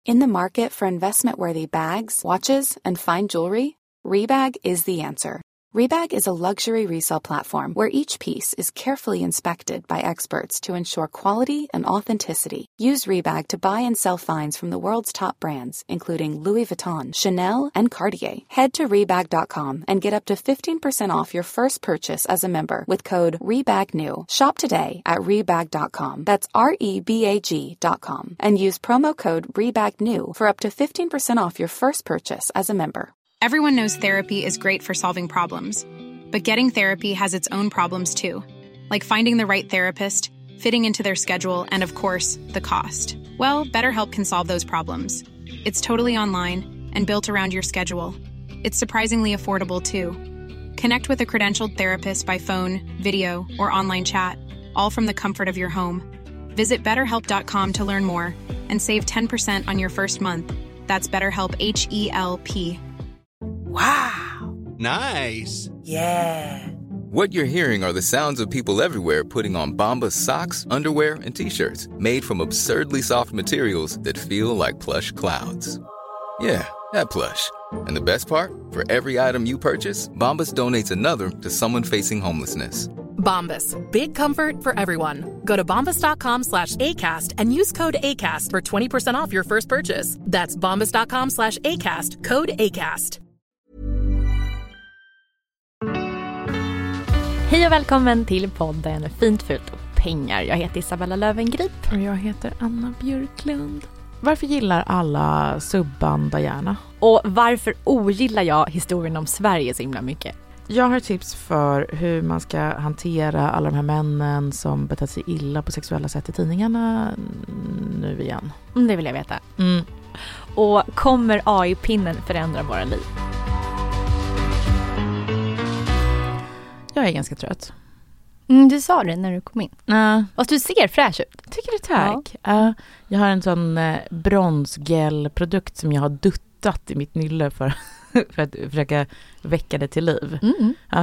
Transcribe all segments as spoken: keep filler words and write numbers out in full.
In the market for investment-worthy bags, watches, and fine jewelry, Rebag is the answer. Rebag is a luxury resale platform where each piece is carefully inspected by experts to ensure quality and authenticity. Use Rebag to buy and sell finds from the world's top brands, including Louis Vuitton, Chanel, and Cartier. Head to Rebag dot com and get up to fifteen percent off your first purchase as a member with code REBAGNEW. Shop today at Rebag dot com. That's R E B A G dot com. And use promo code REBAGNEW for up to fifteen percent off your first purchase as a member. Everyone knows therapy is great for solving problems, but getting therapy has its own problems too, like finding the right therapist, fitting into their schedule, and of course, the cost. Well, BetterHelp can solve those problems. It's totally online and built around your schedule. It's surprisingly affordable too. Connect with a credentialed therapist by phone, video, or online chat, all from the comfort of your home. Visit better help dot com to learn more and save ten percent on your first month. That's BetterHelp, H E L P. Wow. Nice. Yeah. What you're hearing are the sounds of people everywhere putting on Bombas socks, underwear, and T-shirts made from absurdly soft materials that feel like plush clouds. Yeah, that plush. And the best part? For every item you purchase, Bombas donates another to someone facing homelessness. Bombas. Big comfort for everyone. Go to bombas dot com slash ACAST and use code ACAST for twenty percent off your first purchase. That's bombas dot com slash ACAST. Code ACAST. Hej och välkommen till podden Fint, fult och pengar. Jag heter Isabella Löwengrip. Och jag heter Anna Björklund. Varför gillar alla subbanda gärna? Och varför ogillar jag historien om Sverige så himla mycket? Jag har tips för hur man ska hantera alla de här männen som betett sig illa på sexuella sätt i tidningarna nu igen. Mm, det vill jag veta. Mm. Och kommer A I-pinnen förändra våra liv? Jag är ganska trött. Mm, du sa det när du kom in. Uh, Fast du ser fräsch ut. Tycker du tack? Ja. Uh, jag har en sån uh, bronsgel-produkt som jag har duttat i mitt nylle för, för att försöka väcka det till liv. Mm. Uh.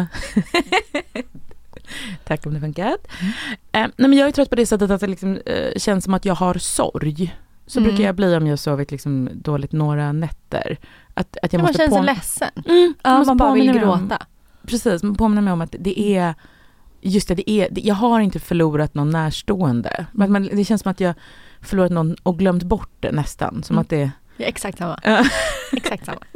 Tack om det funkat. Mm. Uh, nej, men jag är trött på det sättet att det liksom, uh, känns som att jag har sorg. Så mm. brukar jag bli om jag sovit liksom dåligt några nätter. Att, att jag man måste känns på... ledsen. Mm, ja, man bara vill gråta. Om, precis, man påminner mig om att det är just det, det är, det, jag har inte förlorat någon närstående. Men, men det känns som att jag förlorat någon och glömt bort det nästan. Som mm. att det... Ja, exakt samma. exakt samma.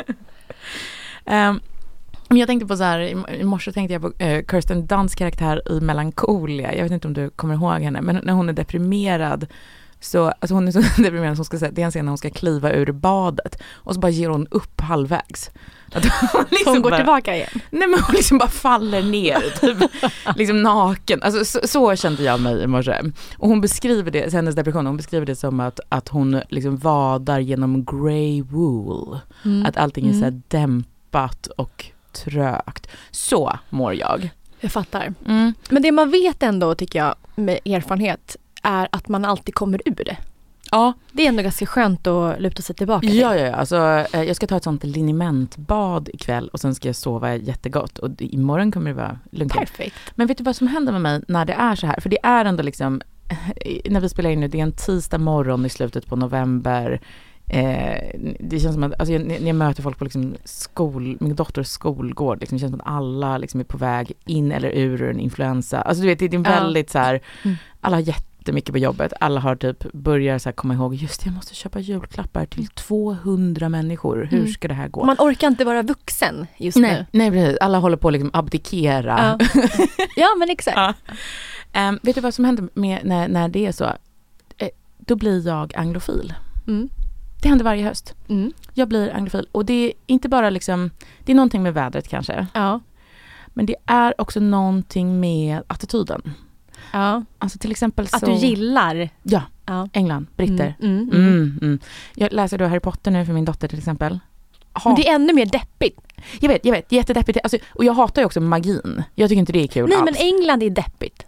Um, jag tänkte på så här, i, i morse tänkte jag på uh, Kirsten Dunsts karaktär i Melancholia. Jag vet inte om du kommer ihåg henne, men när hon är deprimerad så, alltså hon är så deprimerad som ska säga, det är en scen när hon ska kliva ur badet och så bara ger hon upp halvvägs. Att hon, liksom hon går bara, tillbaka igen. Nej, men hon liksom bara faller ner typ, liksom naken. Alltså, så, så kände jag mig i morse. Och hon beskriver det, hennes depression, hon beskriver det som att, att hon liksom vadar genom grey wool. Mm. Att allting är så här dämpat och trögt. Så mår jag. Jag fattar. Mm. Men det man vet ändå, tycker jag, med erfarenhet är att man alltid kommer ur det. Ja. Det är ändå ganska skönt att luta sig tillbaka till. Ja, ja, ja. Alltså, jag ska ta ett sånt linimentbad ikväll och sen ska jag sova jättegott. Och imorgon kommer det vara lugnt. Perfekt. Men vet du vad som händer med mig när det är så här? För det är ändå liksom, när vi spelar in nu, det är en tisdag morgon i slutet på november. Eh, det känns som att, alltså, när jag möter folk på liksom skol, min dotters skolgård, liksom, det känns som att alla liksom är på väg in eller ur en influensa. Alltså du vet, det är väldigt så här, mm. alla har jättemycket på jobbet. Alla har typ börjar så här komma ihåg, just det, jag måste köpa julklappar till tvåhundra människor. Hur ska det här gå? Man orkar inte vara vuxen just nej, nu. Nej, precis. Alla håller på att liksom abdikera. Ja, ja men exakt. Ja. Um, vet du vad som händer med, när, när det är så? Eh, då blir jag anglofil. Mm. Det händer varje höst. Mm. Jag blir anglofil. Och det är inte bara liksom, det är någonting med vädret kanske. Ja. Men det är också någonting med attityden. Ja. Alltså till exempel så... Att du gillar... Ja, ja. England, britter. Mm, mm, mm. Mm, mm. Jag läser då Harry Potter nu för min dotter till exempel. Men det är ännu mer deppigt. Jag vet, jag vet. Jättedeppigt. Alltså, och jag hatar ju också magin. Jag tycker inte det är kul Nej, alls. men England är deppigt.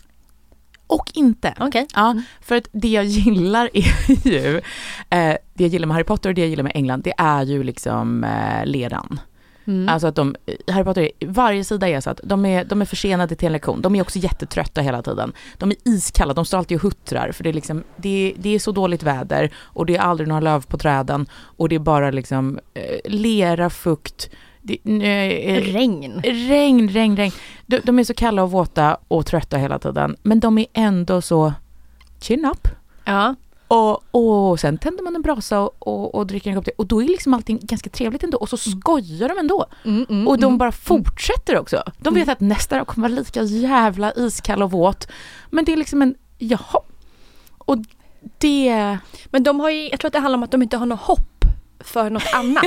Och inte. Okej. Okay. Ja, för att det jag gillar är ju... Eh, det jag gillar med Harry Potter och det jag gillar med England, det är ju liksom eh, leran. Mm. Alltså att de, Harry Potter, varje sida är så att de är, de är försenade till en lektion. De är också jättetrötta hela tiden. De är iskalla, de står alltid och huttrar. För det är, liksom, det, det är så dåligt väder och det är aldrig några löv på träden. Och det är bara liksom eh, lera, fukt, det, eh, regn. Regn, regn, regn. De, de är så kalla och våta och trötta hela tiden. Men de är ändå så chin up. Ja. Och, och sen tänder man en brasa och, och, och dricker en kopp te. Och då är liksom allting ganska trevligt ändå. Och så skojar de ändå. Mm, mm, och de mm, bara fortsätter också. De vet mm. att nästa dag kommer vara lika jävla iskall och våt. Men det är liksom en, jaha. Och det... Men de har ju, jag tror att det handlar om att de inte har något hopp för något annat.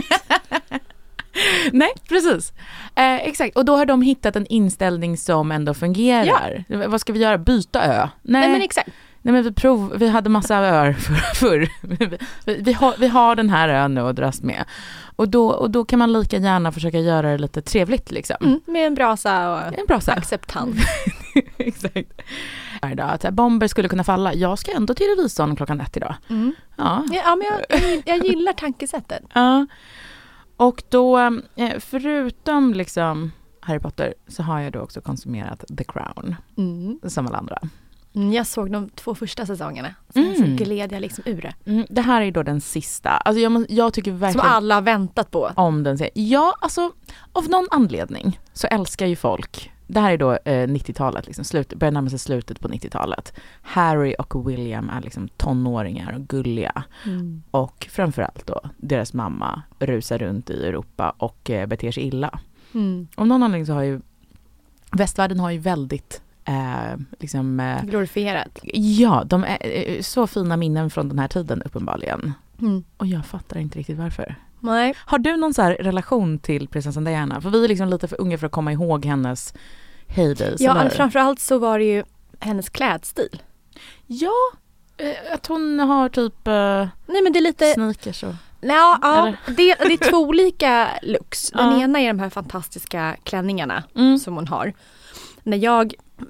Nej, precis. Eh, exakt. Och då har de hittat en inställning som ändå fungerar. Ja. Vad ska vi göra? Byta ö? Nej, Nej men exakt. Nej men vi prov, vi hade massa öar förr. För. Vi, vi, har, vi har den här ön nu att dras med. Och då, och då kan man lika gärna försöka göra det lite trevligt liksom. Mm, med en brasa och en brasa. Acceptans. Exakt. Att bomber skulle kunna falla. Jag ska ändå till revisorn klockan ett idag. Mm. Ja. Ja, men jag, jag, jag gillar tankesättet. Ja. Och då, förutom liksom Harry Potter, så har jag då också konsumerat The Crown. Mm. Som alla andra. Jag såg de två första säsongerna. Sen mm. så gled jag liksom ur det. Mm, det här är då den sista. Alltså jag, jag tycker verkligen... Som alla har väntat på. Om den ser. Ja, alltså av någon anledning så älskar ju folk. Det här är då eh, nittiotalet. Liksom, slut, börjar närma sig slutet på nittiotalet. Harry och William är liksom tonåringar och gulliga. Mm. Och framförallt då deras mamma rusar runt i Europa och eh, beter sig illa. Mm. Om någon anledning så har ju västvärlden har ju väldigt Eh, liksom, eh, glorifierat. Ja, de är eh, så fina minnen från den här tiden uppenbarligen. Mm. Och jag fattar inte riktigt varför. Nej. Har du någon så här relation till prinsessan Diana? För vi är liksom lite för unga för att komma ihåg hennes heydays. Ja, eller? Framförallt så var det ju hennes klädstil. Ja, eh, att hon har typ eh, Nej, men det är lite sneakers och... Ja, ja det, det är två olika looks. Den ja. ena är de här fantastiska klänningarna mm. som hon har. När jag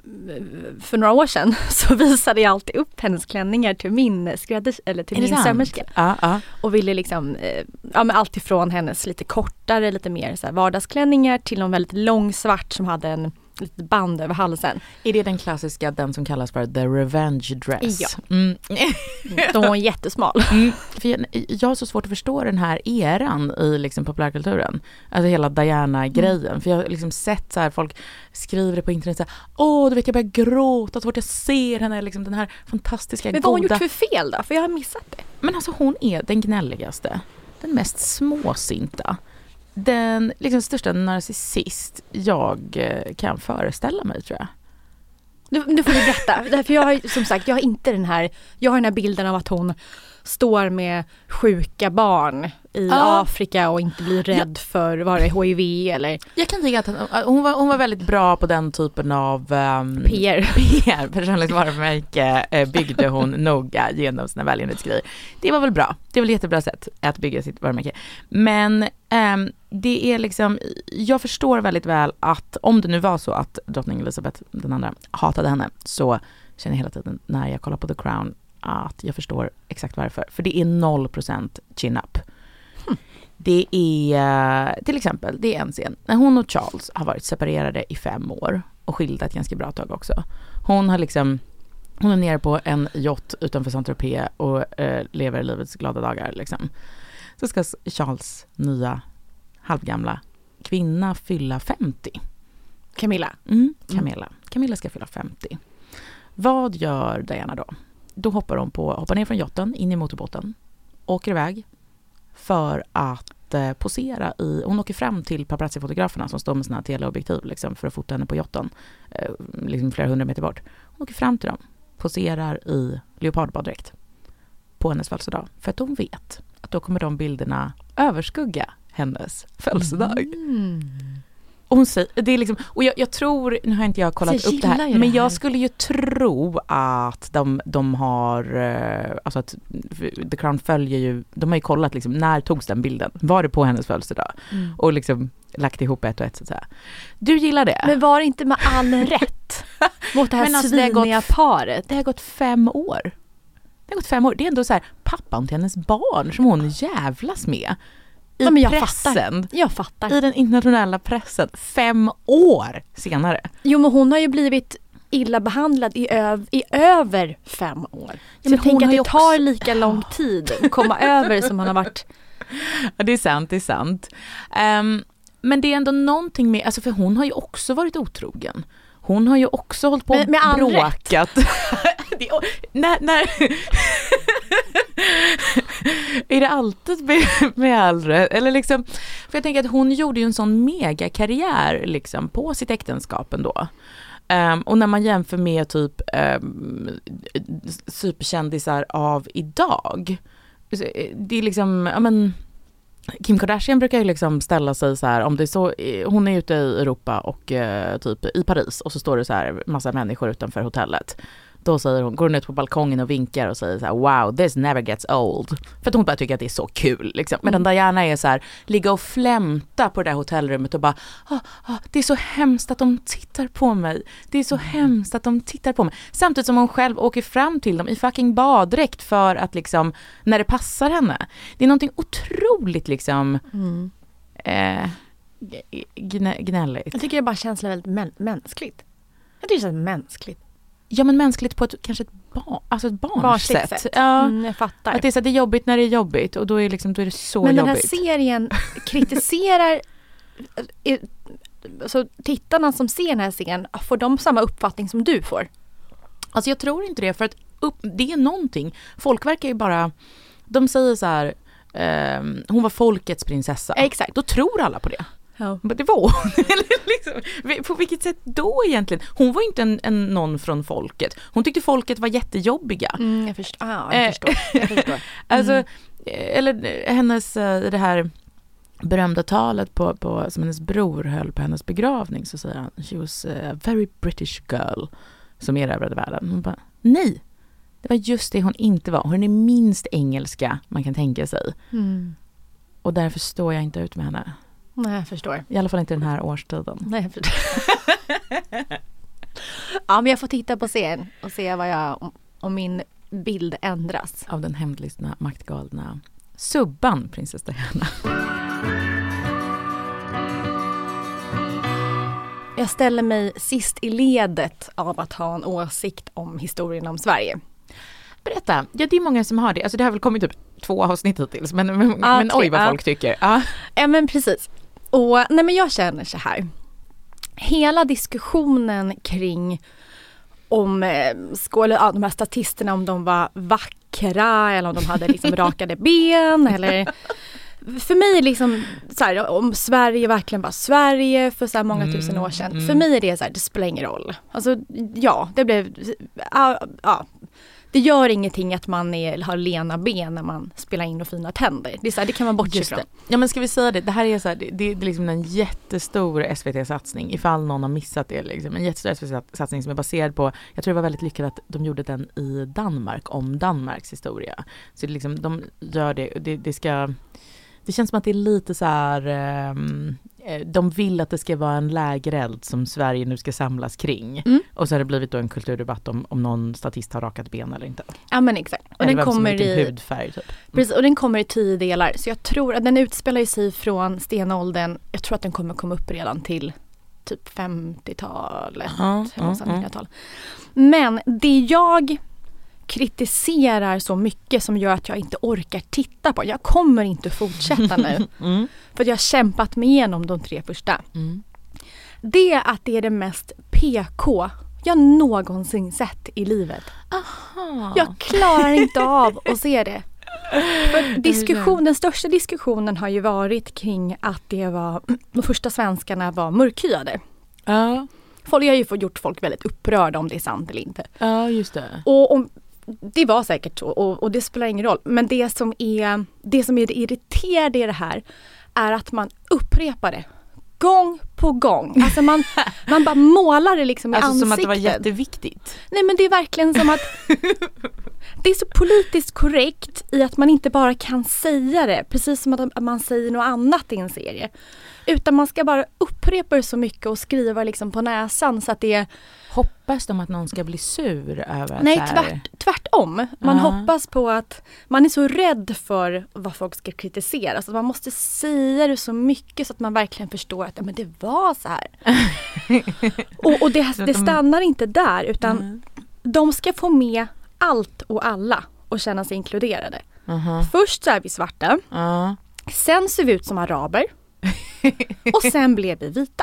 för några år sedan så visade jag alltid upp hennes klänningar till min skrädders eller till min sömmerska. Ja, ja. Och ville liksom ja, men allt ifrån hennes lite kortare, lite mer så här vardagsklänningar till någon väldigt lång svart som hade en lite band över halsen. Är det den klassiska, den som kallas för the revenge dress? Ja. Mm. De var jättesmal. Mm. För jag, jag har så svårt att förstå den här eran i liksom populärkulturen. Alltså hela Diana-grejen. Mm. För jag har liksom sett så här, folk skriver det på internet så här, åh, du vet jag börjar gråta så fort jag ser henne, liksom den här fantastiska Men goda... vad har hon gjort för fel då? För jag har missat det. Men alltså hon är den gnälligaste. Den mest småsinta. Den liksom största narcissist jag kan föreställa mig, tror jag. Nu, nu får du berätta. För jag har som sagt, jag har inte den här, jag har den här bilden av att hon står med sjuka barn i ah. Afrika och inte blir rädd ja. för vad det är, H I V eller... Jag kan tänka att hon, hon, var, hon var väldigt bra på den typen av um, P R. P R, personligt varumärke, eh, byggde hon noga genom sina välgörenhetsgrejer. Det var väl bra. Det är väl ett jättebra sätt att bygga sitt varumärke. Men um, det är liksom, jag förstår väldigt väl att om det nu var så att drottning Elizabeth den andra hatade henne, så känner jag hela tiden när jag kollar på The Crown att jag förstår exakt varför. För det är noll procent chin up. Hmm. Det är till exempel, det är en scen när hon och Charles har varit separerade i fem år och skilda ett ganska bra tag också. Hon har liksom, hon är nere på en yacht utanför Saint-Tropez och eh, lever livets glada dagar liksom. Så ska Charles nya halvgamla kvinna fylla femtio. Camilla. Mm, Camilla. Mm. Camilla ska fylla femtio. Vad gör Diana då? Då hoppar hon på, hoppar ner från yachten in i motorbåten, åker iväg för att eh, posera i, hon åker fram till paparazzi-fotograferna som står med sina teleobjektiv liksom, för att fota henne på yachten eh, liksom flera hundra meter bort. Hon åker fram till dem, poserar i leopardbaddräkt på hennes födelsedag för att hon vet att då kommer de bilderna överskugga hennes födelsedag. Mm. Och hon säger, det är liksom, och jag, jag tror, nu har inte jag kollat jag upp det här, det här, men jag skulle ju tro att de, de har, alltså att The Crown följer ju, de har ju kollat liksom, när togs den bilden? Var det på hennes födelsedag? Mm. Och liksom lagt ihop ett och ett så att säga. Du gillar det? Men var det inte med all rätt mot det här men alltså, sviniga det gått, paret? Det har gått fem år. Det har gått fem år. Det är ändå så här, pappan till hennes barn som hon jävlas med. i ja, men jag pressen. Fattar. Jag fattar. I den internationella pressen fem år senare. Jo, men hon har ju blivit illa behandlad i, ö- i över fem år. Så ja, jag tänker att det också... tar lika lång tid att komma över som han har varit. Ja, det är sant, det är sant. Um, men det är ändå någonting med, alltså för hon har ju också varit otrogen. Hon har ju också hållit på och bråkat. det, när, när är det alltid med, med all rätt? Eller liksom, för jag tänker att hon gjorde ju en sån megakarriär liksom, på sitt äktenskap ändå. Um, och när man jämför med typ um, superkändisar av idag, det är liksom, ja men Kim Kardashian brukar ju liksom ställa sig så här, om det är så, hon är ute i Europa och uh, typ i Paris och så står det så här massa människor utanför hotellet. Då säger hon, går hon ut på balkongen och vinkar och säger så här, wow, this never gets old. För att hon bara tycker att det är så kul liksom. Men mm. den Diana är så här, ligga och flämta på det där hotellrummet och bara, ah, ah, det är så hemskt att de tittar på mig. Det är så mm. hemskt att de tittar på mig. Samtidigt som hon själv åker fram till dem i fucking baddräkt för att liksom, när det passar henne. Det är någonting otroligt liksom mm. eh, gnä- gnälligt. Jag tycker det bara känns väldigt mä- mänskligt. Jag tycker det känns mänskligt. Ja, men mänskligt på ett, kanske ett, bar, alltså ett barnsätt. sätt. Ja, mm, jag fattar. Att det är, så att det är jobbigt när det är jobbigt och då är, liksom, då är det så men jobbigt. Men den här serien kritiserar så tittarna som ser den här serien, får de samma uppfattning som du får? Alltså jag tror inte det, för att upp, det är någonting. Folk verkar ju bara, de säger så här, eh, hon var folkets prinsessa. Exakt. Då tror alla på det. Ja. Men det var hon. liksom, på vilket sätt då egentligen? Hon var inte en, en någon från folket. Hon tyckte folket var jättejobbiga. Mm, jag förstår. Ah, jag förstår. Jag förstår. Mm. Alltså, eller hennes, det här berömda talet på, på, som hennes bror höll på hennes begravning, så säger han, she was a very British girl, som erövrade världen. Hon bara, nej, det var just det hon inte var. Hon är minst engelska man kan tänka sig. Mm. Och därför står jag inte ut med henne. Nej, jag förstår. I alla fall inte den här årstiden. Nej, jag förstår. Ja, men jag får titta på serien och se vad jag, om, om min bild ändras. Av den hämndlystna, maktgalna Subban, prinsessa Diana. Jag ställer mig sist i ledet av att ha en åsikt om historien om Sverige. Berätta. Ja, det är många som har det. Alltså det har väl kommit typ två avsnitt hittills. Men, men, ah, men oj vad ah. folk tycker. Ah. Ja, men precis. Och nej, men jag känner så här. Hela diskussionen kring om eh, skål, ja, de här statisterna, om de var vackra eller om de hade liksom rakade ben eller... För mig liksom så här, om Sverige verkligen var Sverige för så här många mm, tusen år sedan. Mm. För mig är det så här, det spelar ingen roll. Alltså ja, det blev ja, ja. Det gör ingenting att man är, har lena ben när man spelar in och fina tänder. Det är så här, det kan man bortse ifrån. Ja, men ska vi säga det? Det här är så här, det, det är liksom en jättestor S V T-satsning. Ifall någon har missat det. Liksom. En jättestor S V T-satsning som är baserad på, jag tror det var väldigt lyckat att de gjorde den i Danmark, om Danmarks historia. Så det liksom, de gör det, det, det ska... Det känns som att det är lite så här, um, de vill att det ska vara en lägereld som Sverige nu ska samlas kring. Mm. Och så har det blivit då en kulturdebatt om, om någon statist har rakat ben eller inte. Ja, men exakt. Och eller den kommer i hudfärg typ. Mm. Precis, och den kommer i tio delar. Så jag tror att den utspelar sig från stenåldern. Jag tror att den kommer komma upp redan till typ femtiotalet. Mm, och sen nittonhundratalet. Men det jag kritiserar så mycket som gör att jag inte orkar titta på. Jag kommer inte fortsätta nu. Mm. För att jag har kämpat mig igenom de tre första. Mm. Det är att det är det mest P K jag någonsin sett i livet. Aha. Jag klarar inte av att se det. För diskussion, den största diskussionen har ju varit kring att det var, de första svenskarna var mörkhyade. Ja. Folk har ju gjort folk väldigt upprörda om det är sant eller inte. Ja, just det. Och om det var säkert så och, och det spelar ingen roll. Men det som är det som är det irriterande i det här är att man upprepar det gång på gång. Alltså man, man bara målar det liksom i alltså ansiktet. Som att det var jätteviktigt. Nej, men det är verkligen som att det är så politiskt korrekt i att man inte bara kan säga det. Precis som att man säger något annat i en serie. Utan man ska bara upprepa det så mycket och skriva liksom på näsan så att det är... Hoppas de att någon ska bli sur över Nej, att tvärt, tvärtom. Man uh-huh. hoppas på att man är så rädd för vad folk ska kritisera. Så man måste säga det så mycket så att man verkligen förstår att ja, men det var så här. och och det, det stannar inte där utan uh-huh. de ska få med allt och alla och känna sig inkluderade. Uh-huh. Först så är vi svarta. Uh-huh. Sen ser vi ut som araber. Och sen blev vi vita.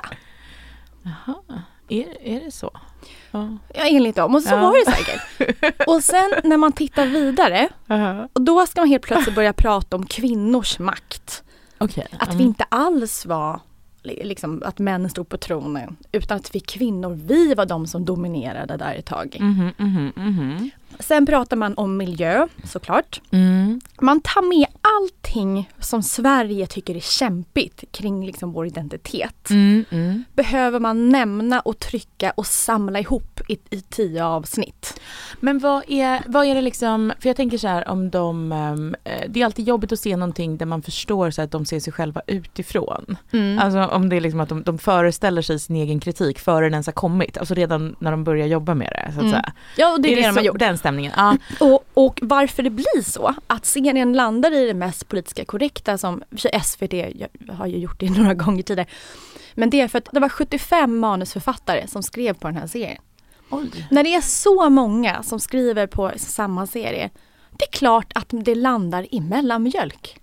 Jaha, är, är det så? Ja, ja enligt dem. Och så ja. var det säkert. Och sen när man tittar vidare, uh-huh. och då ska man helt plötsligt börja prata om kvinnors makt. Okay. Att mm. vi inte alls var liksom, att män stod på tronen, utan att vi kvinnor, vi var de som dominerade där ett tag. Mm-hmm, mm-hmm, mm-hmm. Sen pratar man om miljö, såklart. Mm. Man tar med allting som Sverige tycker är kämpigt kring liksom vår identitet. Mm, mm. Behöver man nämna och trycka och samla ihop i, i tio avsnitt. Men vad är, vad är det liksom, för jag tänker så här om de, um, det är alltid jobbigt att se någonting där man förstår så att de ser sig själva utifrån. Mm. Alltså om det är liksom att de, de föreställer sig sin egen kritik före den ens har kommit, alltså redan när de börjar jobba med det så att mm. säga. Ja, och det är, är det, det de har gjort. Den stämningen. Ja. Och, och varför det blir så, att serien landar i det mest politiska korrekta som S V T har ju gjort det några gånger tidigare. Men det är för att det var sjuttiofem manusförfattare som skrev på den här serien. Oj. När det är så många som skriver på samma serie, det är klart att det landar i mellanmjölk.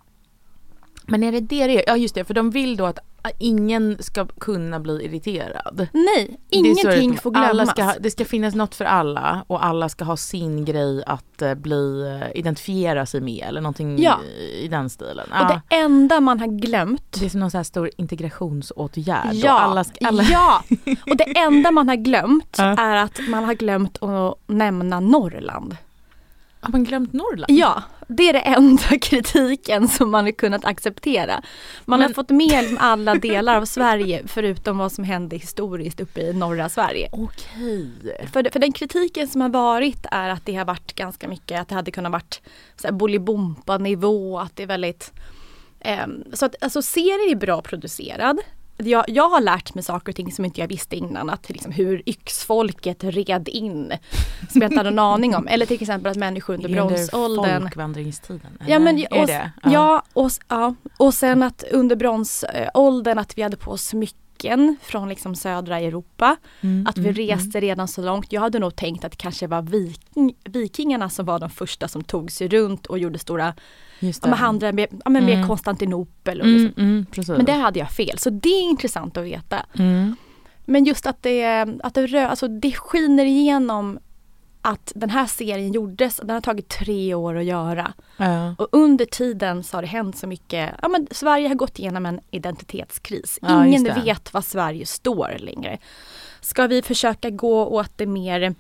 Men är det det det är? Ja just det, för de vill då att ingen ska kunna bli irriterad. Nej, ingenting får glömmas. Alla ska, det ska finnas något för alla och alla ska ha sin grej att uh, bli uh, identifiera sig med eller någonting ja. i den stilen. Och ja. det enda man har glömt. Det är som någon så här stor integrationsåtgärd. Ja, och alla ska, alla... ja. Och det enda man har glömt är att man har glömt att nämna Norrland. Har man glömt Norrland? Ja, det är det enda kritiken som man har kunnat acceptera. Man Men... har fått med alla delar av Sverige förutom vad som hände historiskt uppe i norra Sverige. Okej. För, för den kritiken som har varit är att det har varit ganska mycket, att det hade kunnat varit så här Bolibompa-nivå, att det är väldigt... Eh, så att alltså, serien är bra producerad. Jag, jag har lärt mig saker och ting som inte jag visste innan. Att liksom hur yxfolket red in. Som jag inte hade en aning om. Eller till exempel att människor under bronsåldern. Under folkvandringstiden? Eller? Ja, men, och, det? Ja, ja, och, ja, och sen att under bronsåldern att vi hade på oss smycken från liksom södra Europa. Mm, att vi reste mm. redan så långt. Jag hade nog tänkt att det kanske var viking, vikingarna som var de första som tog sig runt och gjorde stora... Just det. Med handlade med, ja, med mm. Konstantinopel. Och liksom. mm, mm, men det hade jag fel. Så det är intressant att veta. Mm. Men just att det, att det, rö, alltså det skiner igenom att den här serien gjordes. Den har tagit tre år att göra. Ja. Och under tiden så har det hänt så mycket. Ja, men Sverige har gått igenom en identitetskris. Ja, Ingen vet vad Sverige står längre. Ska vi försöka gå åt det mer...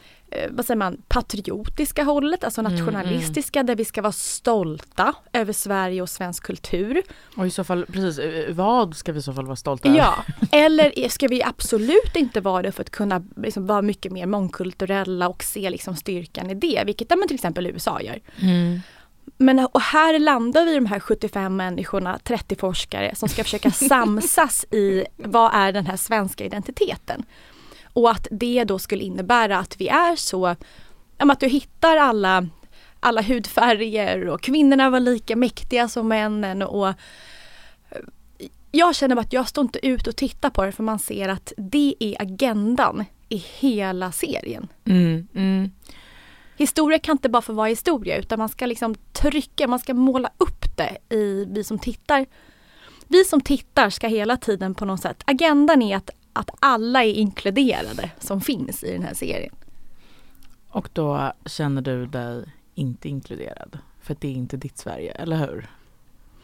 vad säger man, patriotiska hållet, alltså nationalistiska, mm, mm. där vi ska vara stolta över Sverige och svensk kultur. Och i så fall, precis, vad ska vi i så fall vara stolta över? Ja, eller ska vi absolut inte vara det för att kunna liksom vara mycket mer mångkulturella och se liksom styrkan i det, vilket man till exempel U S A gör. Mm. Men och här landar vi de här sjuttiofem människorna, trettio forskare som ska försöka samsas i vad är den här svenska identiteten. Och att det då skulle innebära att vi är så, att du hittar alla, alla hudfärger och kvinnorna var lika mäktiga som männen. Och jag känner att jag står inte ut och tittar på det för man ser att det är agendan i hela serien. Mm, mm. Historia kan inte bara få vara historia utan man ska liksom trycka, man ska måla upp det i vi som tittar. Vi som tittar ska hela tiden på något sätt, agendan är att att alla är inkluderade som finns i den här serien. Och då känner du dig inte inkluderad? För det är inte ditt Sverige, eller hur?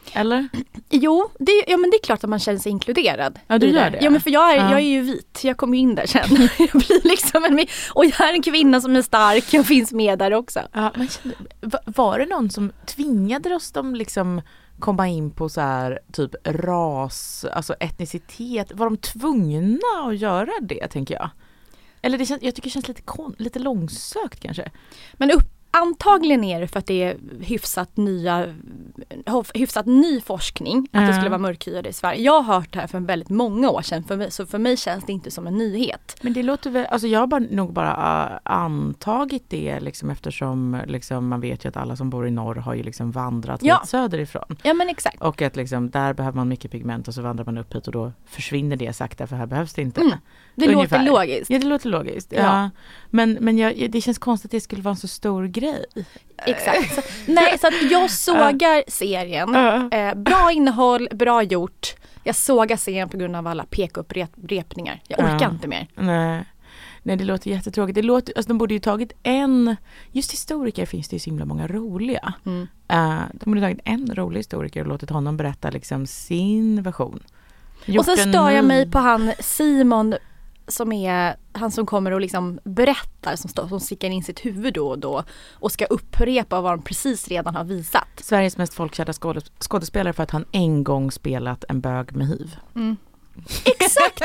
Eller? Jo, det, ja, men det är klart att man känner sig inkluderad. Ja, du i gör det. Ja, men för jag är, ja. jag är ju vit. Jag kommer in där sen. Jag blir liksom en, och jag är en kvinna som är stark. Jag finns med där också. Ja, men var det någon som tvingade oss dem liksom komma in på så här typ ras, alltså etnicitet? Var de tvungna att göra det, tänker jag? Eller det känns, jag tycker det känns lite, kon, lite långsökt kanske. Men upp, antagligen är det för att det är hyfsat, nya, hyfsat ny forskning att mm. det skulle vara mörkhyade i Sverige. Jag har hört det här för väldigt många år sedan, för mig, så för mig känns det inte som en nyhet. Men det låter väl, alltså jag har bara, nog bara uh, antagit det liksom, eftersom liksom, man vet ju att alla som bor i norr har ju liksom vandrat ja. hit söderifrån. Ja, men exakt. Och att liksom, där behöver man mycket pigment och så vandrar man upp hit och då försvinner det sakta, för här behövs det inte. Mm. Det Ungefär. låter logiskt. Ja, det låter logiskt. Ja. Ja. Men, men jag, det känns konstigt att det skulle vara en så stor grej. Exakt. Så, nej, så att jag sågar uh. serien. Uh. Eh, bra innehåll, bra gjort. Jag sågar serien på grund av alla peka-upprepningar. Jag orkar uh. inte mer. Nej. Nej, det låter jättetråkigt. Det låter, alltså, de borde ju tagit en... Just historiker finns det ju så himla många roliga. Mm. Uh, de borde tagit en rolig historiker och låtit honom berätta liksom sin version. Gjort och sen stör ny... jag mig på han Simon, som är han som kommer och liksom berättar, som, stå, som sticker in sitt huvud då och då och ska upprepa vad de precis redan har visat. Sveriges mest folkkärda skådes- skådespelare för att han en gång spelat en bög med hiv. Mm. Exakt!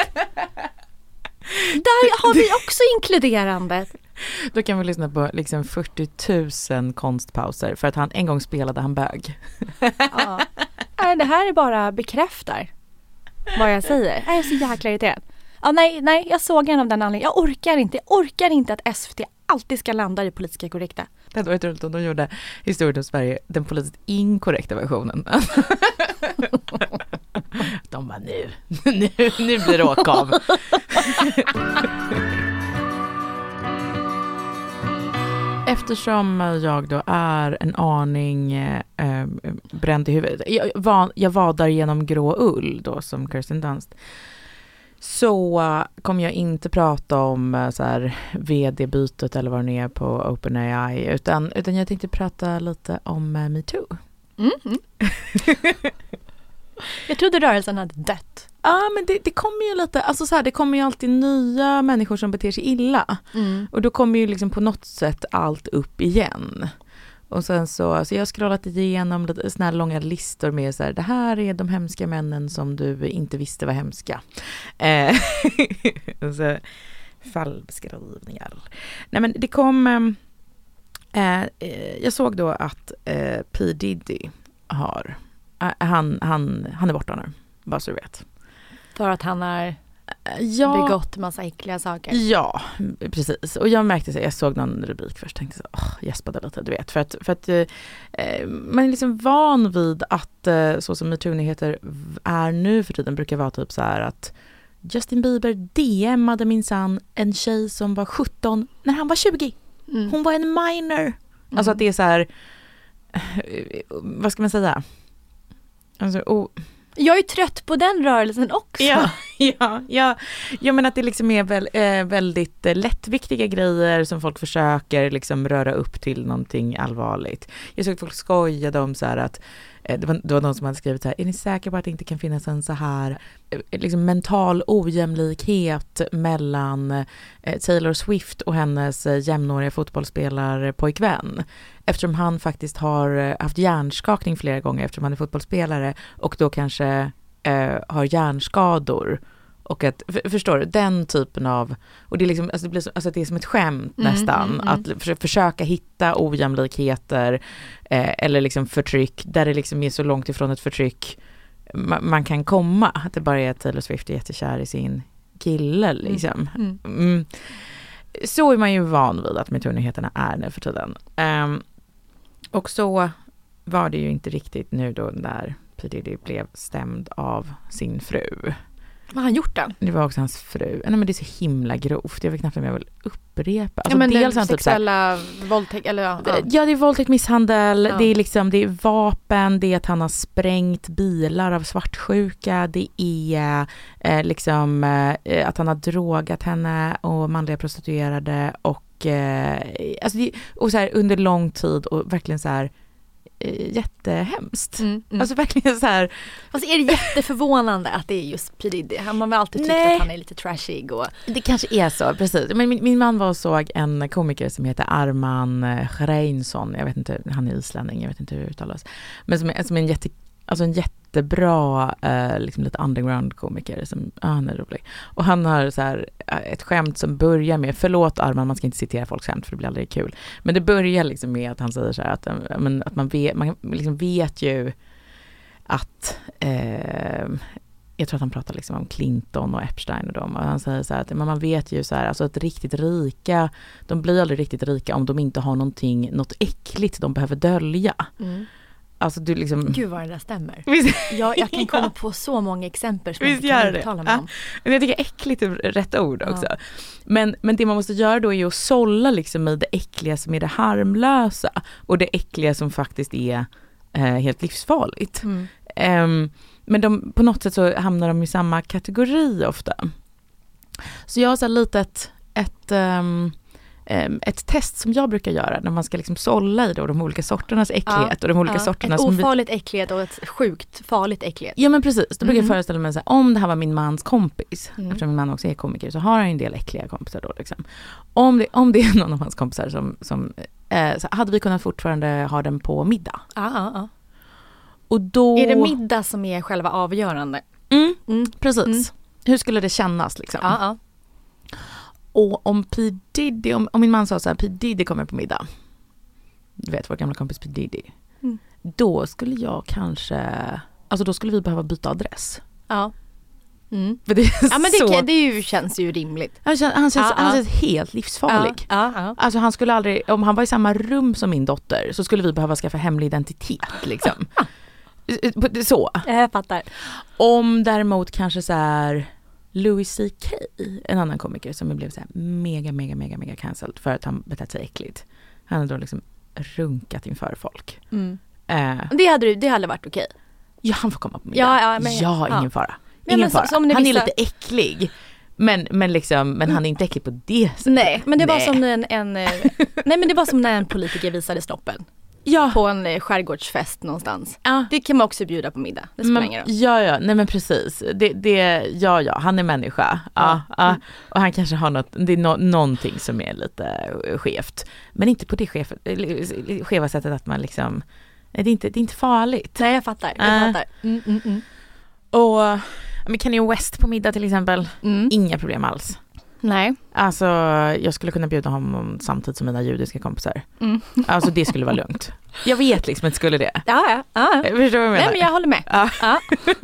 Där har vi också inkluderande. Då kan vi lyssna på liksom fyrtio tusen konstpauser för att han en gång spelade han bög. Ja. Det här är bara bekräftar vad jag säger. Jag är så jäkla irriterad. Ja, nej, nej, jag såg den av den anledningen. Jag orkar inte, jag orkar inte att S V T alltid ska landa i politiska korrekta. Det var roligt om de gjorde historien om Sverige, den politiskt inkorrekta versionen. De bara, nu, nu, nu blir det åka av. Eftersom jag då är en aning eh, bränd i huvudet. Jag, var, jag vadar genom grå ull då, som Kirsten Dunst. Så uh, kommer jag inte prata om uh, så här V D-bytet eller vad det är på OpenAI, utan, utan jag tänkte prata lite om uh, MeToo. Mm. Jag trodde rörelsen hade dött. Ja, men det, det kommer ju lite, alltså så här, det kommer ju alltid nya människor som beter sig illa. Mm. Och då kommer ju liksom på något sätt allt upp igen. Och sen så, så jag har scrollat igenom lite såna här långa listor med så här, det här är de hemska männen som du inte visste var hemska. Eh, och så fallbeskrivningar. Nej, men det kom, eh, eh, jag såg då att eh, P. Diddy har, eh, han, han, han är borta nu, bara så du vet. För att han har ja, begått massa äckliga saker. Ja, precis. Och jag märkte så jag såg någon rubrik först, tänkte så, åh, gäspade lite, du vet. För att, för att eh, man är liksom van vid att eh, så som MeToo-nyheter är nu för tiden brukar vara typ så här att Justin Bieber D M:ade minsann en tjej som var sjutton när han var tjugo. Mm. Hon var en minor. Mm. Alltså att det är så här, vad ska man säga? Alltså, oh. Jag är trött på den rörelsen också. Ja, ja, ja. Jag menar att det liksom är väl, eh, väldigt eh, lättviktiga grejer som folk försöker liksom röra upp till någonting allvarligt. Jag såg att folk skojade om så här att eh, det, var, det var någon som hade skrivit så här, är ni säkra på att det inte kan finnas en så här eh, liksom mental ojämlikhet mellan eh, Taylor Swift och hennes eh, jämnåriga fotbollspelarpojkvän? Eftersom han faktiskt har haft hjärnskakning flera gånger eftersom han är fotbollsspelare och då kanske eh, har hjärnskador. Och att, för, förstår du, den typen av, och det är liksom, alltså det blir så, alltså det är som ett skämt mm, nästan, mm, mm. att för, försöka hitta ojämlikheter eh, eller liksom förtryck där det liksom är så långt ifrån ett förtryck man, man kan komma. Att det bara är att Taylor Swift är jättekär i sin kille liksom. Mm. Mm. Så är man ju van vid att MeToo-nyheterna är nu för tiden. Um, och så var det ju inte riktigt nu då när P. Diddy blev stämd av sin fru. Vad har han gjort då? Det var också hans fru. Nej, men det är så himla grovt. Jag vet knappt om jag vill upprepa. Alltså, ja, men dels det han sexuella typ såhär, våldtäkt eller ja. Ja, det är våldtäkt, misshandel, ja. det är liksom det är vapen, det är att han har sprängt bilar av svartsjuka, det är eh, liksom eh, att han har drogat henne och manliga prostituerade och eh, alltså det, och så här under lång tid och verkligen så här eh, jättehemskt. Mm, mm. Alltså verkligen så här. Fast är det jätteförvånande att det är just P. Diddy? Man har väl alltid tyckt Nej. att han är lite trashig. Och... Det kanske är så, precis. Men min, min man var och såg en komiker som heter Arman Reinsson. Jag vet inte, han är islänning, jag vet inte hur det uttalas. Men som är, som är en, jätte, alltså en jättebra, eh, liksom lite underground-komiker. Som, ah, han är rolig. Och han har så här, ett skämt som börjar med, förlåt Arman, man ska inte citera folks skämt för det blir aldrig kul. Men det börjar liksom med att han säger så här att, men, att man, vet, man liksom vet ju att... Eh, jag tror att han pratar liksom om Clinton och Epstein och dem. Och han säger så här att man vet ju så här, alltså att riktigt rika, de blir aldrig riktigt rika om de inte har någonting, något äckligt de behöver dölja. Mm. Alltså du liksom... Gud vad det där stämmer. Visst, jag, jag kan komma på så många exempel som Visst jag gör kan det. uttala mig om. Ja. Men jag tycker äckligt är rätt ord också. Ja. Men, men det man måste göra då är ju att sålla liksom i det äckliga som är det harmlösa. Och det äckliga som faktiskt är eh, helt livsfarligt. Mm. Um, men de, på något sätt så hamnar de i samma kategori ofta. Så jag har så här lite ett, ett, um, ett test som jag brukar göra när man ska liksom sålla i då, de olika sorternas äcklighet. Ja, och de olika ja. sorterna ett som ofarligt vi... äcklighet och ett sjukt farligt äcklighet. Ja men precis, då brukar mm. jag föreställa mig så här, om det här var min mans kompis, mm. eftersom min man också är komiker, så har han en del äckliga kompisar då liksom. Om det, om det är någon av hans kompisar som, som eh, så hade vi kunnat fortfarande ha den på middag. Ja, ja, ja. Och då... Är det middag som är själva avgörande? Mm, mm. precis. Mm. Hur skulle det kännas liksom? Ja, ja. Och om P. Diddy, om, om min man sa så här, P. Diddy kommer på middag. Du vet, vår gamla kompis P. Diddy. Mm. Då skulle jag kanske, alltså då skulle vi behöva byta adress. Ja. Mm. För det är ja men det, så... det är ju, känns ju rimligt. Han känns, han känns, ja, han ja. känns helt livsfarlig. Ja, ja, ja. Alltså han skulle aldrig, om han var i samma rum som min dotter så skulle vi behöva skaffa hemlig identitet liksom. Så. Jag fattar. Om däremot kanske så här Louis C K, en annan komiker som blev så här mega, mega, mega, mega cancelled för att han betett sig äckligt. Han hade då liksom runkat inför folk. Mm. Eh, det, hade du, det hade varit okej. ja, han får komma på middag. Ja, ja, men, ja ingen ja. fara. Men, Ingen men, fara. så, han vissa... är lite äcklig. Men, men, liksom, men han är inte äcklig på det sättet. Nej, men det var nej. som när en, en nej, men det var som när en politiker visade snoppen. Ja. På en eh, skärgårdsfest någonstans. Ja. Det kan man också bjuda på middag. Det spelar ingen roll. Ja, ja, nej men precis. Det, det, ja, ja, han är människa. Ja, ja. Ja. Och han kanske har något, det är no, någonting som är lite skevt. Men inte på det skeva, skeva sättet att man liksom, det är inte, det är inte farligt. Nej, jag fattar. Jag äh. fattar. Mm, mm, mm. Och men Kanye West på middag till exempel, mm. inga problem alls. Nej. Alltså, jag skulle kunna bjuda honom samtidigt som mina judiska kompisar. Mm. Alltså, det skulle vara lugnt. Jag vet liksom att det skulle det. Ja, ja. ja. Jag förstår vad jag menar. Nej, men jag håller med. Ja. Ja.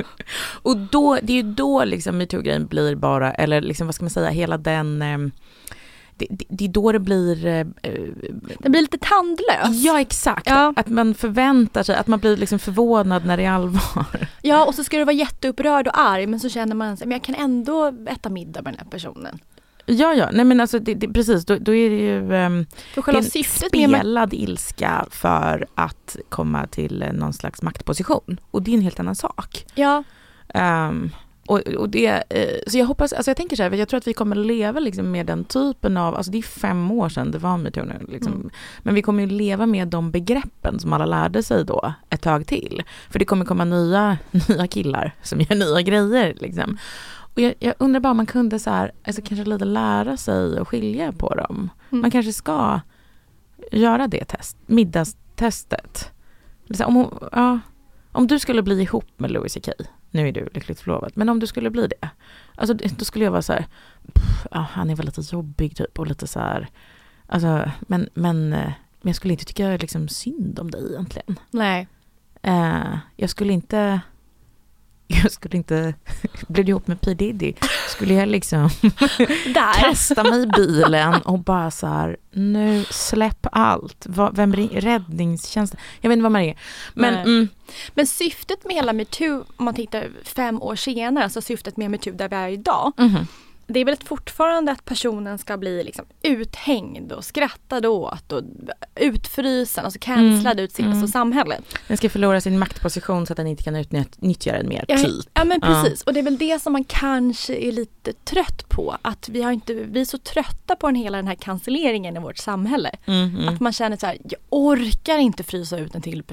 Och då, det är ju då liksom MeToo-grejen blir bara, eller liksom vad ska man säga, hela den... Eh, det, det, det är då det blir... Eh, den blir lite tandlös. Ja, exakt. Ja. Att man förväntar sig, att man blir liksom förvånad när det är allvar. Ja, och så ska du vara jätteupprörd och arg, men så känner man sig, men jag kan ändå äta middag med den här personen. Ja, ja. Nej, men alltså, det, det, precis. Då, då är det ju um, för själva en syftet spelad med... ilska för att komma till någon slags maktposition. Och det är en helt annan sak. Ja. Um, och, och det, eh, så jag hoppas, alltså jag tänker så här, jag tror att vi kommer leva liksom med den typen av, alltså det är fem år sedan det var MeToo nu, liksom. Mm. Men vi kommer ju leva med de begreppen som alla lärde sig då ett tag till. För det kommer komma nya, nya killar som gör nya grejer liksom. Och jag, jag undrar bara om man kunde så här, alltså kanske lite lära sig och skilja på dem. Mm. Man kanske ska göra det test, middagstestet. Om, hon, ja, om du skulle bli ihop med Louis C K, nu är du lyckligt förlovad, men om du skulle bli det, alltså då skulle jag vara så här, pff, ja, han är väl lite jobbig typ och lite så här, alltså, men, men, men jag skulle inte tycka liksom synd om dig egentligen. Nej. Uh, jag skulle inte jag skulle inte bli ihop med P. Diddy, skulle jag liksom Där. kasta mig i bilen och bara så här, nu släpp allt. Vem är räddningstjänsten? Jag vet inte vad man är. Men, mm. Men syftet med hela MeToo, om man tittar fem år senare, alltså syftet med MeToo där vi är idag, mm. det är väl fortfarande att personen ska bli liksom uthängd och skrattad åt och utfrysen, alltså cancellad mm. ut sig mm. samhället. Den ska förlora sin maktposition så att den inte kan utnyttja den mer, ja, typ. Ja, men precis. Ja. Och det är väl det som man kanske är lite trött på. Att vi, har inte, vi är så trötta på den, hela den här cancelleringen i vårt samhälle. Mm, mm. Att man känner så här, jag orkar inte frysa ut en till person.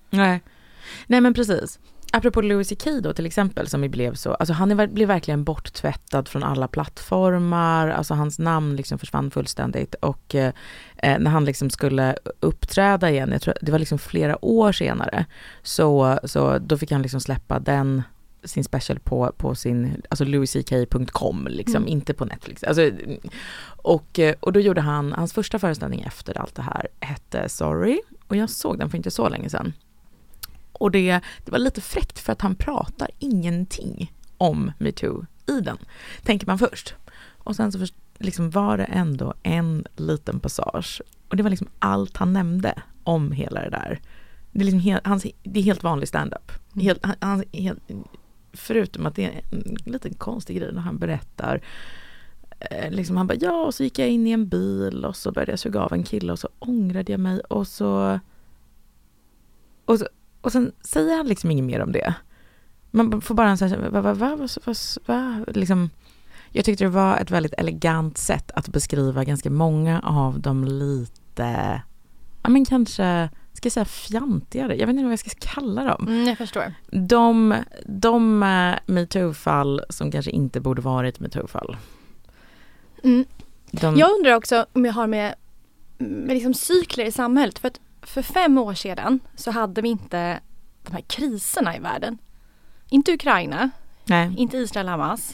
Nej. Nej men precis. Apropå Louis C K då till exempel som blev så, alltså han är, blev verkligen borttvättad från alla plattformar, alltså hans namn liksom försvann fullständigt och eh, när han liksom skulle uppträda igen, jag tror det var liksom flera år senare, så, så då fick han liksom släppa den sin special på, på sin, alltså louis c k punkt com liksom, mm. inte på Netflix. Alltså, och, och då gjorde han, hans första föreställning efter allt det här hette Sorry, och jag såg den för inte så länge sedan. Och det, det var lite fräckt för att han pratar ingenting om MeToo i den, tänker man först. Och sen så först, liksom var det ändå en liten passage. Och det var liksom allt han nämnde om hela det där. Det är, liksom helt, hans, det är helt vanlig stand-up. Helt, han, han, helt, förutom att det är en liten konstig grej när han berättar. Eh, liksom han bara, ja, och så gick jag in i en bil och så började jag suga av en kille och så ångrade jag mig och så... Och så Och sen säger han liksom inget mer om det. Man får bara en sån här, va, va, va, va, va, liksom, jag tyckte det var ett väldigt elegant sätt att beskriva ganska många av de lite, ja men kanske, ska jag säga fjantigare, jag vet inte vad jag ska kalla dem. Mm, jag förstår. De, de MeToo-fall som kanske inte borde varit MeToo-fall. Mm. De... Jag undrar också om jag har med, med liksom cykler i samhället, för att för fem år sedan så hade vi inte de här kriserna i världen. Inte Ukraina, Nej. Inte Israel Hamas.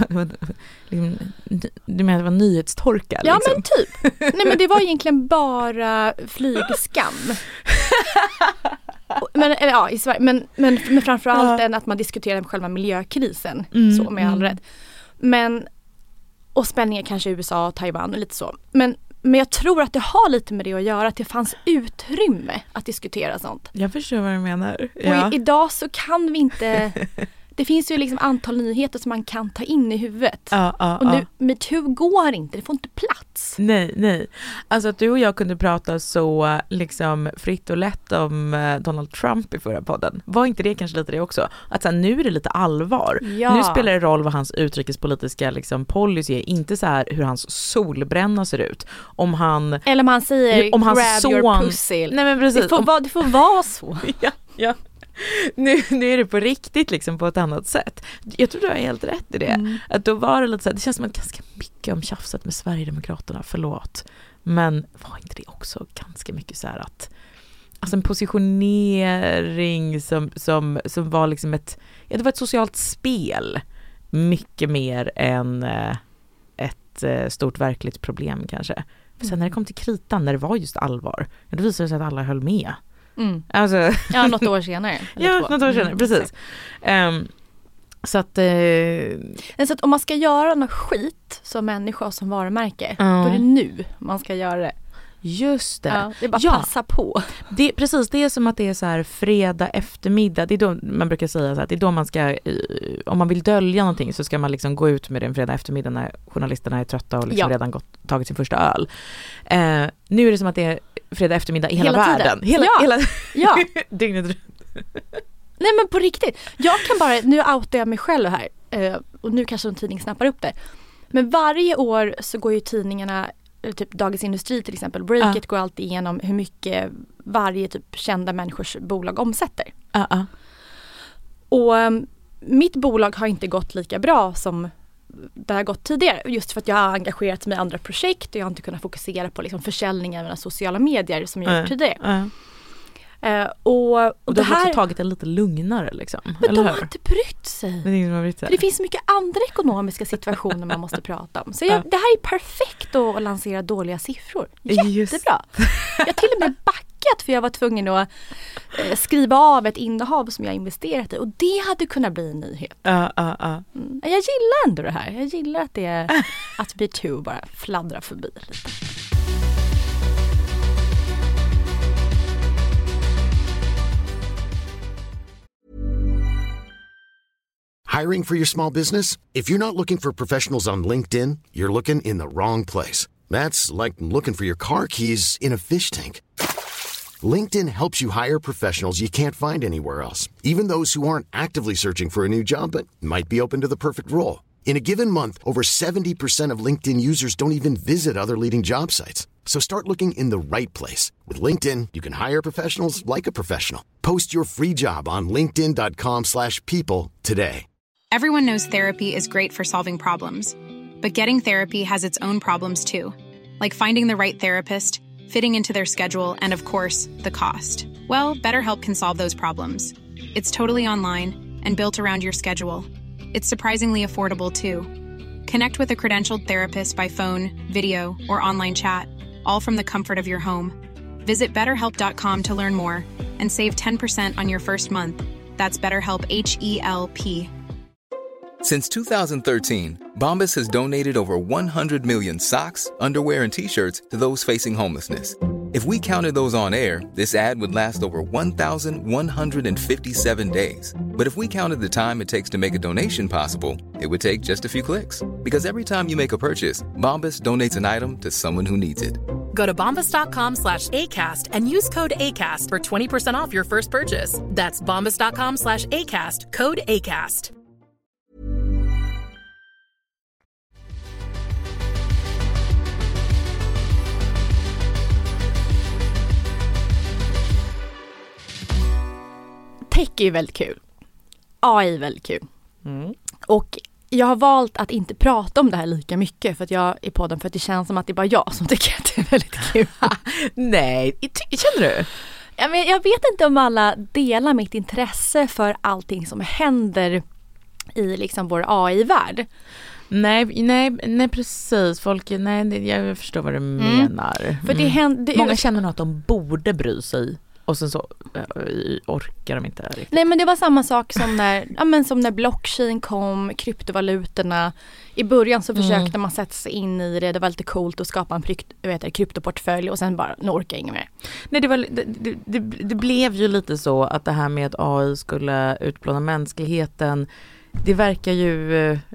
Du menar det var nyhetstorka? Ja liksom. men typ. Nej men det var egentligen bara flygskam. men, eller, ja, i Sverige, men, men, men framförallt ja. än att man diskuterar själva miljökrisen. Mm, så med mm. all rätt. Men, och spänningar kanske i U S A och Taiwan och lite så. Men Men jag tror att det har lite med det att göra, att det fanns utrymme att diskutera sånt. Jag förstår vad du menar. Ja. Och i, idag så kan vi inte... Det finns ju liksom antal nyheter som man kan ta in i huvudet. Ja, ja, och nu, ja. MeToo går inte, det får inte plats. Nej, nej. Alltså att du och jag kunde prata så liksom fritt och lätt om Donald Trump i förra podden. Var inte det kanske lite det också? Att så här, nu är det lite allvar. Ja. Nu spelar det roll vad hans utrikespolitiska liksom, policy är. Inte så här hur hans solbränna ser ut. Om han... Eller om han säger om hans grab son, your pussy. Nej, men precis. Det får, om, va, det får vara så. ja, ja. Nu, nu är det på riktigt liksom på ett annat sätt. Jag tror du har helt rätt i det. Mm. Att då var det lite så här, det känns som att ganska mycket om tjafsat med Sverigedemokraterna, förlåt. Men var inte det också ganska mycket så här att alltså en positionering som, som, som var liksom ett, ja, det var ett socialt spel mycket mer än ett stort verkligt problem kanske. För sen när det kom till kritan, när det var just allvar, då visade det sig att alla höll med. Mm. Alltså, ja, något år senare. ja, något år senare, mm, precis. Um, så att... Uh, så att om man ska göra något skit som människa och som varumärke, uh. då är det nu man ska göra det. Just det. Ja, det är bara ja. passa på. Det, precis, det är som att det är så här fredag eftermiddag. Det är då man brukar säga så att det är då man ska, om man vill dölja någonting så ska man liksom gå ut med det en fredag eftermiddag när journalisterna är trötta och liksom ja. redan gått, tagit sin första öl. Uh, nu är det som att det är fredag eftermiddag i hela, hela världen. Hela, ja. hela ja. dygnet runt. Nej men på riktigt. Jag kan bara, nu outar jag mig själv här. Och nu kanske en tidning snappar upp det. Men varje år så går ju tidningarna, typ Dagens Industri till exempel, Breakit uh. går alltid igenom hur mycket varje typ kända människors bolag omsätter. Uh -uh. Och um, mitt bolag har inte gått lika bra som det har gått tidigare. Just för att jag har engagerat mig i andra projekt och jag har inte kunnat fokusera på liksom försäljningen av sociala medier som jag uh. gjort tidigare. Uh. Uh, och, och, och det du har här... också tagit det lite lugnare liksom. Men eller de hur? har inte brytt sig. Det, är som brytt sig. För det finns mycket andra ekonomiska situationer man måste prata om. Så jag, det här är perfekt att lansera dåliga siffror. Jättebra. Just. Jag har till och med backat för jag var tvungen att eh, skriva av ett innehav som jag investerat i. Och det hade kunnat bli en nyhet. Uh, uh, uh. Mm. Jag gillar ändå det här. Jag gillar att det är att MeToo bara fladdrar förbi lite. Hiring for your small business? If you're not looking for professionals on LinkedIn, you're looking in the wrong place. That's like looking for your car keys in a fish tank. LinkedIn helps you hire professionals you can't find anywhere else, even those who aren't actively searching for a new job but might be open to the perfect role. In a given month, over seventy percent of LinkedIn users don't even visit other leading job sites. So start looking in the right place. With LinkedIn, you can hire professionals like a professional. Post your free job on linkedin dot com slash people today. Everyone knows therapy is great for solving problems, but getting therapy has its own problems too, like finding the right therapist, fitting into their schedule, and of course, the cost. Well, BetterHelp can solve those problems. It's totally online and built around your schedule. It's surprisingly affordable too. Connect with a credentialed therapist by phone, video, or online chat, all from the comfort of your home. Visit better help dot com to learn more and save ten percent on your first month. That's BetterHelp, H E L P. Since two thousand thirteen, Bombas has donated over one hundred million socks, underwear, and T-shirts to those facing homelessness. If we counted those on air, this ad would last over one thousand one hundred fifty-seven days. But if we counted the time it takes to make a donation possible, it would take just a few clicks. Because every time you make a purchase, Bombas donates an item to someone who needs it. Go to bombas dot com slash ACAST and use code ACAST for twenty percent off your first purchase. That's bombas dot com slash ACAST, code ACAST. Tech är ju väldigt kul. A I är väldigt kul. Mm. Och jag har valt att inte prata om det här lika mycket för att jag är på den för att det känns som att det är bara jag som tycker att det är väldigt kul. Nej, känner du? Jag, men, jag vet inte om alla delar mitt intresse för allting som händer i liksom vår A I-värld. Nej, nej, nej precis. Folk, nej, jag förstår vad du mm. menar. För det händer, Många känner nog att de borde bry sig. Och sen så äh, orkar de inte riktigt. Nej, men det var samma sak som när, ja, men som när blockchain kom, kryptovalutorna. I början så försökte mm. man sätta sig in i det. Det var lite coolt att skapa en prykt, vet jag, kryptoportfölj och sen bara, nu orkar jag inget mer. Nej, det, var, det, det, det, det blev ju lite så att det här med att A I skulle utplåna mänskligheten, det verkar ju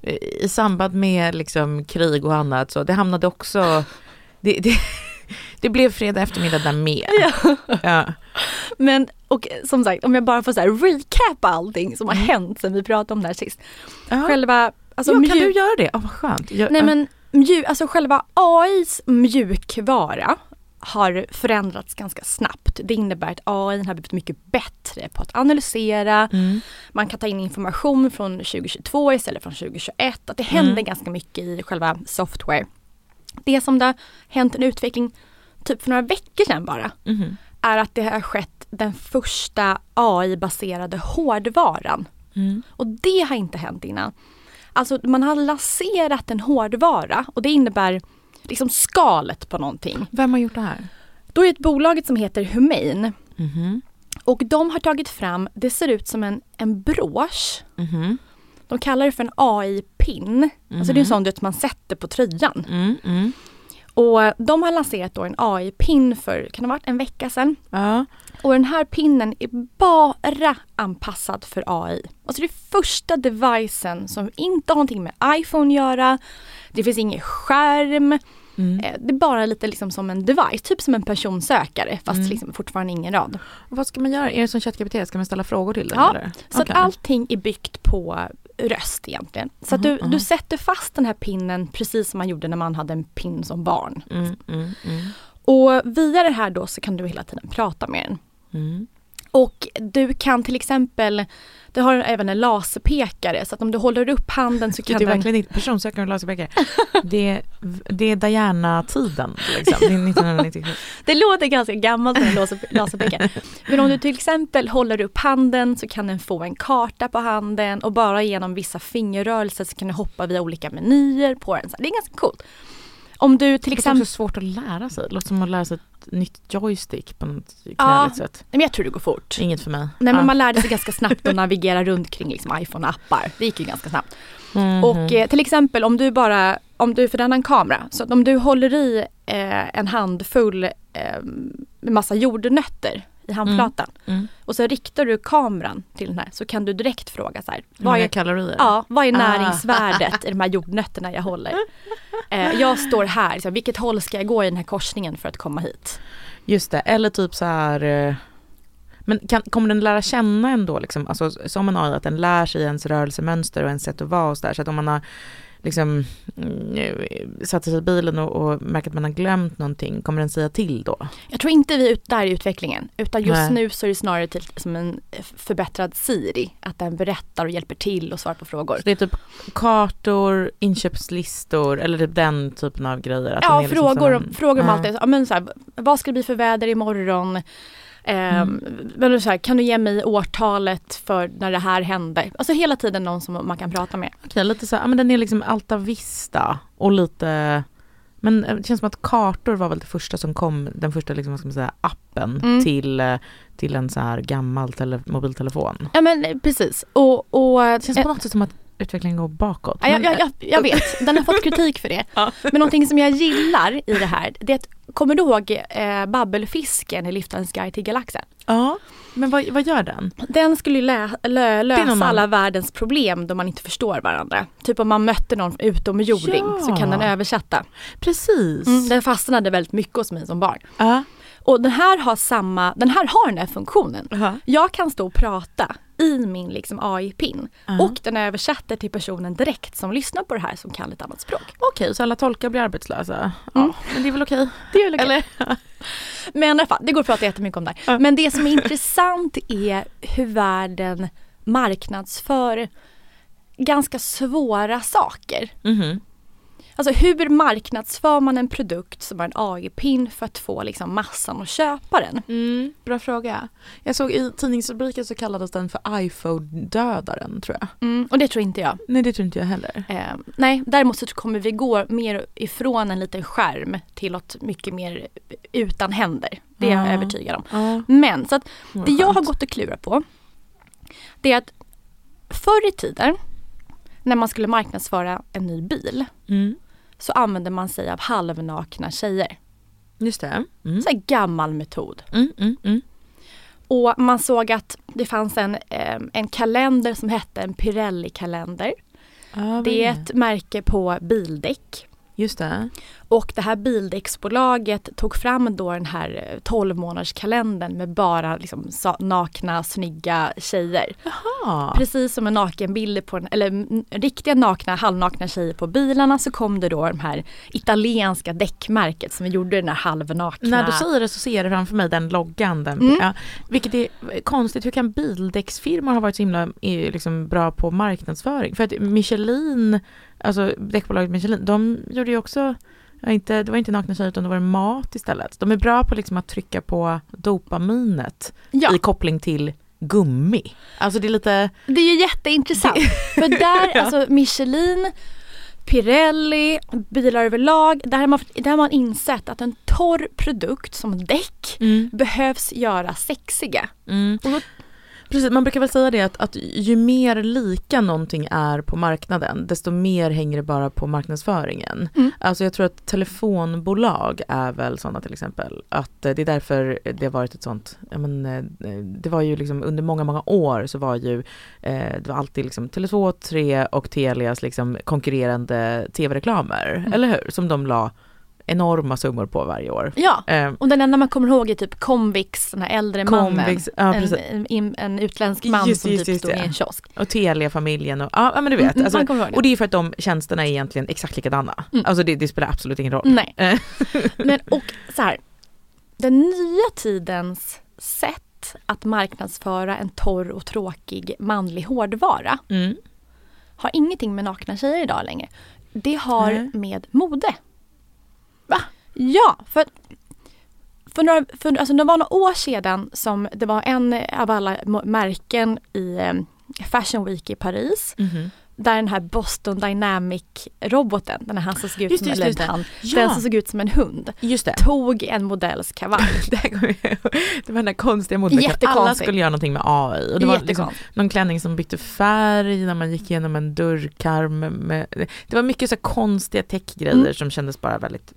i samband med liksom krig och annat, så det hamnade också... Det, det, det blev fredag eftermiddag där med. Ja. Ja. Men, och som sagt, om jag bara får så här recap allting som har mm. hänt sen vi pratade om det här sist. Uh-huh. Själva, alltså ja, mjuk... kan du göra det? Oh, vad skönt. Jag, Nej, uh. men mjuk, alltså själva A I:s mjukvara har förändrats ganska snabbt. Det innebär att A I har blivit mycket bättre på att analysera. Mm. Man kan ta in information från tjugo tjugotvå istället från tjugo tjugoett. Att det händer mm. ganska mycket i själva software. Det som det har hänt en utveckling typ för några veckor sedan bara mm. är att det har skett den första A I-baserade hårdvaran. Mm. Och det har inte hänt innan. Alltså man har lanserat en hårdvara och det innebär liksom skalet på någonting. Vem har gjort det här? Då är det ett bolag som heter Humane. Mm. Och de har tagit fram, det ser ut som en, en brosch. Mm. De kallar det för en A I-pin. Mm. Alltså det är en sån att man sätter på tröjan. Mm. Mm. Och de har lanserat då en A I-pin för, kan det ha varit en vecka sedan? Ja. Och den här pinnen är bara anpassad för A I. Alltså det är första devicen som inte har någonting med iPhone att göra. Det finns ingen skärm. Mm. Det är bara lite liksom som en device, typ som en personsökare, fast mm. liksom fortfarande ingen rad. Och vad ska man göra? Är det som ChatGPT? Ska man ställa frågor till den? Ja, eller? så okay. att allting är byggt på röst egentligen. Så mm, att du, mm. du sätter fast den här pinnen precis som man gjorde när man hade en pin som barn. Mm, mm, mm. Och via det här då så kan du hela tiden prata med den. Mm. Och du kan till exempel, det har även en laserpekare, så att om du håller upp handen så kan det är den... verkligen inte personsökare och laserpekare. det, det är Diana-tiden liksom. Det är nittonhundranittiosju. Det låter ganska gammalt med en laser, laserpekare. Men om du till exempel håller upp handen så kan den få en karta på handen och bara genom vissa fingerrörelser så kan du hoppa via olika menyer på den. Så det är ganska coolt. Om du till exempel... Det är också svårt att lära sig. Det låter som att lära sig ett nytt joystick på något knäligt ja, sätt. Men jag tror det går fort. Inget för mig. Nej, ah. men man lärde sig ganska snabbt att navigera runt kring liksom iPhone-appar. Det gick ju ganska snabbt. Mm-hmm. Och eh, till exempel om du bara, om du för den har en kamera, så att om du håller i eh, en handfull eh, med massa jordnötter i handflatan mm. Mm. och så riktar du kameran till den här, så kan du direkt fråga så här, vad är kalorier? Ja, vad är näringsvärdet ah. i de här jordnötterna jag håller? Eh, jag står här, så vilket håll ska jag gå i den här korsningen för att komma hit? Just det, eller typ så här... Men kan, kommer den lära känna ändå liksom, alltså, som en A I, att den lär sig ens rörelsemönster och ens sätt att vara och så där, så att om man har liksom satt sig i bilen och, och märker att man har glömt någonting, kommer den säga till då? Jag tror inte vi är ut där i utvecklingen, utan just Nej. nu så är det snarare till, som en förbättrad Siri, att den berättar och hjälper till och svarar på frågor. Så det är typ kartor, inköpslistor eller typ den typen av grejer? Att Ja, den är liksom frågor, sån, om, frågor om ja. allt det. Ja, men så här, vad ska det bli för väder imorgon? Mm. Eh, så här, kan du ge mig årtalet för när det här hände? Alltså hela tiden någon som man kan prata med. Okej, lite så här, ja, men den är liksom Alta Vista och lite, men det känns som att kartor var väl det första som kom, den första liksom, vad ska man säga, appen Mm. till, till en så här gammal tele, mobiltelefon. Ja, men precis. Och, och, Det känns på något sätt som att utvecklingen går bakåt. Ja, jag, jag, jag, jag vet, den har fått kritik för det. Ja. Men någonting som jag gillar i det här, det är att, kommer du ihåg eh, babbelfisken i Liftarens guide till galaxen? Ja, men vad, vad gör den? Den skulle ju lä- lö- lösa man... alla världens problem då man inte förstår varandra. Typ om man mötte någon utomjording Ja. så kan den översätta. Precis. Mm, den fastnade väldigt mycket hos mig som barn. Ja. Och den här har samma, den här har den här funktionen. Uh-huh. Jag kan stå och prata i min liksom A I-pin Uh-huh. och den översätter till personen direkt som lyssnar på det här som kan ett annat språk. Okej, så alla tolkar blir arbetslösa. Ja, Mm. men det är väl okej. Det är väl okej. Eller? Men i alla fall, det går att prata jättemycket om det här. Ja. Men det som är intressant är hur världen marknadsför ganska svåra saker. Mhm. Alltså hur marknadsför man en produkt som har en A I-pin för att få liksom massan att köpa den? Mm, bra fråga. Jag såg i tidningsrubriken så kallades den för iPhone-dödaren, tror jag. Mm, och det tror inte jag. Nej, det tror inte jag heller. Eh, nej, däremot så kommer vi gå mer ifrån en liten skärm till något mycket mer utan händer. Det är jag Ja. övertygad om. Ja. Men så att Vad det jag har skönt. gått och klurat på, det är att förr i tiden när man skulle marknadsföra en ny bil Mm. så använde man sig av halvnakna tjejer. Just det. Mm. Så här gammal metod. Mm, mm, mm. Och man såg att det fanns en, eh, en kalender som hette en Pirelli-kalender. Ja, vad Det är det? ett märke på bildäck. Just det. Och det här bildäcksbolaget tog fram då den här tolv månaders kalendern med bara liksom sa- nakna, snygga tjejer. Jaha. Precis som en nakenbild på en, eller m- riktiga nakna, halvnakna tjejer på bilarna, så kom det då de här italienska däckmärket som gjorde den här halvnakna. När du säger det så ser jag framför mig den loggan. Den, Mm. ja, vilket är konstigt. Hur kan bildäcksfirmor ha varit så himla eh, liksom, bra på marknadsföring? För att Michelin, alltså däckbolaget Michelin, de gjorde ju också, ja, inte, det var inte nakna tjejer utan det var mat istället. De är bra på liksom, att trycka på dopaminet Ja. i koppling till gummi. Alltså det är lite... Det är ju jätteintressant. För där, Ja. alltså Michelin, Pirelli, bilar överlag, där har man, där har man insett att en torr produkt som däck Mm. behövs göra sexiga. Mm. Och då, precis, man brukar väl säga det att, att ju mer lika någonting är på marknaden, desto mer hänger det bara på marknadsföringen. Mm. Alltså jag tror att telefonbolag är väl sådana till exempel. Att eh, det är därför det har varit ett sånt, ja, men, eh, det var ju liksom under många, många år så var ju eh, det var alltid liksom Tele två, tre och Telias liksom konkurrerande tv-reklamer, Mm. eller hur? Som de la enorma summor på varje år. Ja, Eh, och den enda man kommer ihåg är typ Convix, den här äldre mannen. Convix, ja, en, precis. en, en utländsk man Just, som just, typ just stod i det. en kiosk. Och Telia-familjen och ja, men du vet. Mm, Alltså, man kommer ihåg det. och det är för att de tjänsterna är egentligen exakt likadana. Mm. Alltså det, det spelar absolut ingen roll. Nej. Eh, Men och så här, den nya tidens sätt att marknadsföra en torr och tråkig manlig hårdvara mm. har ingenting med nakna tjejer idag längre. Det har Nej. med mode. Va? Ja, för, för, några, för alltså det var några år sedan som det var en av alla m- märken i eh, Fashion Week i Paris. Mhm. Där den här Boston Dynamic-roboten, den här han som såg ut Just som, det, just eller det, just det. han, Ja. den som såg ut som en hund, Just det. tog en modells kavaj. Det, här kommer jag ihåg. Det var den där konstiga moden. Alla Jättekonstigt. skulle göra någonting med A I. Och det var liksom Jättekonstigt. någon klänning som bytte färg när man gick igenom en dörrkarm. Med, det var mycket så här konstiga techgrejer Mm. som kändes bara väldigt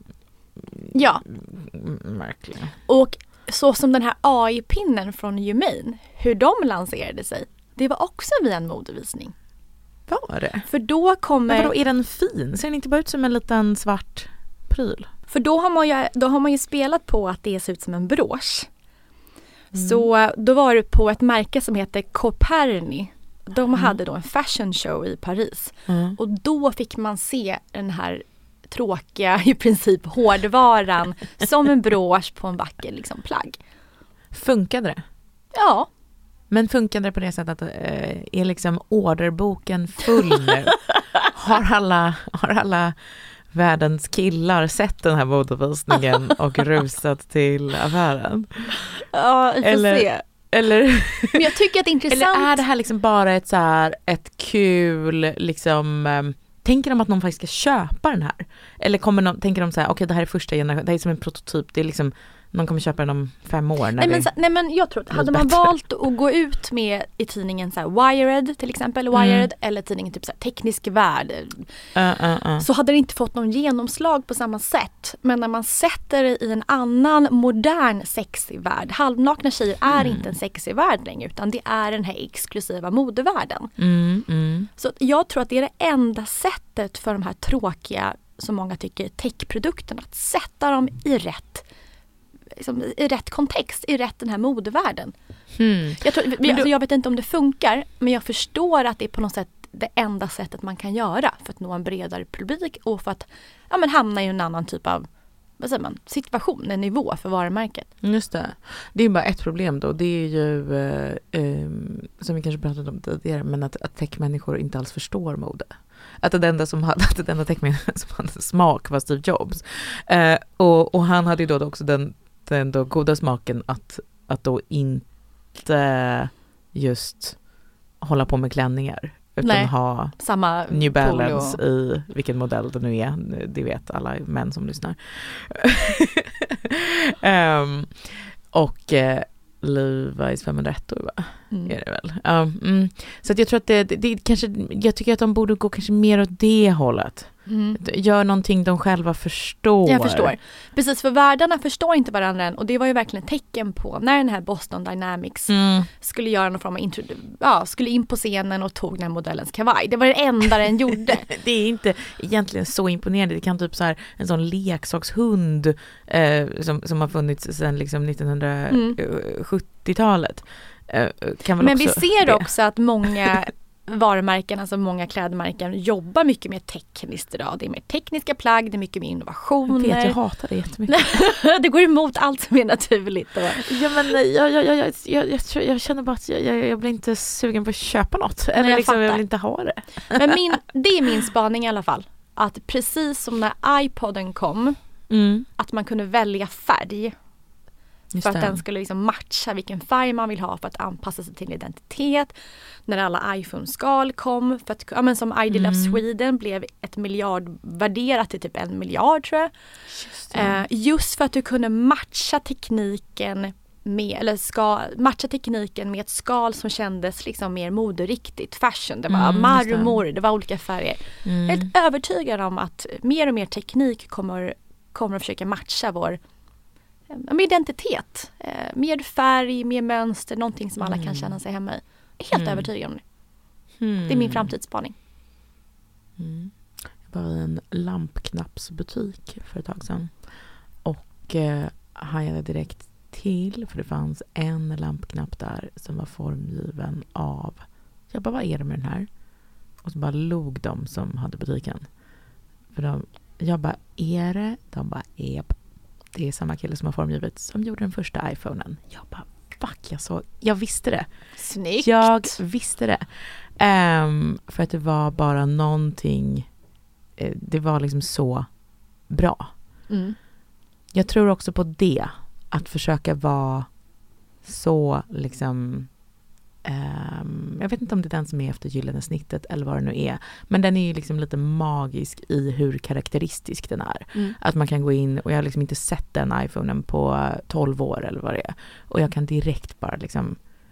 Ja, mm, märkliga. och så som den här A I-pinnen från Humane, hur de lanserade sig, det var också via en modevisning. Var det? För då Men kommer... vadå, är den fin? Ser den inte bara ut som en liten svart pryl? För då har man ju, då har man ju spelat på att det ser ut som en brosch. Mm. Så då var det på ett märke som heter Coperni De mm. hade då en fashion show i Paris. Mm. Och då fick man se den här tråkiga, i princip hårdvaran som en brosch på en vacker liksom, plagg. Funkade det? Ja. Men funkade det på det sättet att äh, är liksom orderboken full nu? Har alla, har alla världens killar sett den här modevisningen och rusat till affären? Ja, vi får eller, se. Eller, men jag tycker att det är intressant. Eller är det här liksom bara ett, så här, ett kul liksom... Um, tänker de att någon faktiskt ska köpa den här? Eller kommer någon, tänker de så här, okej okay, det här är första generationen, det här är som en prototyp, det är liksom, någon kommer köpa den om fem år. När nej, men, så, nej men jag tror att hade man bättre. valt att gå ut med i tidningen så här, Wired till exempel, Wired mm. eller tidningen typ så här, Teknisk Värld uh, uh, uh. så hade det inte fått någon genomslag på samma sätt. Men när man sätter det i en annan modern sexig värld, halvnakna tjejer är mm. inte en sexig värld längre utan det är den här exklusiva modevärlden. Mm, mm. Så jag tror att det är det enda sättet för de här tråkiga, som många tycker, techprodukterna att sätta dem i rätt liksom, i rätt kontext, i rätt den här modevärlden. Mm. Jag, tror, du, alltså, jag vet inte om det funkar, men jag förstår att det är på något sätt det enda sättet man kan göra för att nå en bredare publik och för att ja, men hamna i en annan typ av vad säger man, situation, en nivå för varumärket. Just det. Det är bara ett problem då. Det är ju eh, eh, som vi kanske pratat om tidigare, men att, att techmänniskor inte alls förstår mode. Att det enda som hade, att det enda techmänniskor som hade smak var Steve Jobs. Eh, och, och han hade ju då också den, den då goda smaken att, att då inte just hålla på med klänningar. Utan Nej, ha samma New Balance polo. I vilken modell det nu är. Det vet alla män som lyssnar. um, och uh, Levi's femhundraett va? Mm. Är det väl. Um, mm. Så att jag tror att det, det, det kanske, jag tycker att de borde gå kanske mer åt det hållet. Mm. Gör någonting de själva förstår. Jag förstår. Precis, för världarna förstår inte varandra än. Och det var ju verkligen ett tecken på när den här Boston Dynamics mm. skulle göra någon form av intro, ja, skulle in på scenen och tog den här modellens kavaj. Det var det enda den gjorde. Det är inte egentligen så imponerande. Det kan typ så här en sån leksakshund eh, som, som har funnits sedan liksom nittonhundrasjuttiotalet. Eh, kan väl Men också vi ser det. också att många varumärken, alltså många klädmärken jobbar mycket mer tekniskt idag. Det är mer tekniska plagg, det är mycket mer innovationer. Jag vet, jag hatar det jättemycket. Det går emot allt som är naturligt. Och... Ja, men jag, jag, jag, jag, jag, jag, jag känner bara att jag, jag, jag blir inte sugen på att köpa något. Eller jag, liksom, jag vill inte ha det. Men min, det är min spaning i alla fall. Att precis som när iPoden kom, mm. att man kunde välja färg. Just för att det. Den skulle liksom matcha vilken färg man vill ha för att anpassa sig till en identitet. När alla iPhone-skal kom, för att, ja, men som I D Love mm. Sweden blev ett miljard värderat till typ en miljard tror jag. Just, eh, just för att du kunde matcha tekniken med, eller ska, matcha tekniken med ett skal som kändes liksom mer moderiktigt, fashion. Det var mm, marmor, det. det var olika färger. Mm. Jag är helt övertygad om att mer och mer teknik kommer, kommer att försöka matcha vår med identitet. Eh, mer färg, mer mönster, någonting som alla mm. kan känna sig hemma i. Jag är helt mm. övertygad om det. Mm. Det är min framtidsspaning. Mm. Jag var i en lampknappsbutik för ett tag sedan. Och eh, hajade direkt till, för det fanns en lampknapp där som var formgiven av, jag bara, vad är det med den här? Och så bara log de som hade butiken. För de, jag bara, är det? De bara, ep. Det är samma kille som har formgivit som gjorde den första iPhonen. Jag bara, fuck, jag såg, jag visste det. Snyggt. Jag visste det. Um, för att det var bara någonting, eh, det var liksom så bra. Mm. Jag tror också på det. Att försöka vara så liksom, um, jag vet inte om det är den som är efter gyllene snittet eller vad det nu är. Men den är ju liksom lite magisk i hur karaktäristisk den är. Mm. Att man kan gå in, och jag har liksom inte sett den iPhonen på tolv år eller vad det är. Och jag kan direkt bara liksom,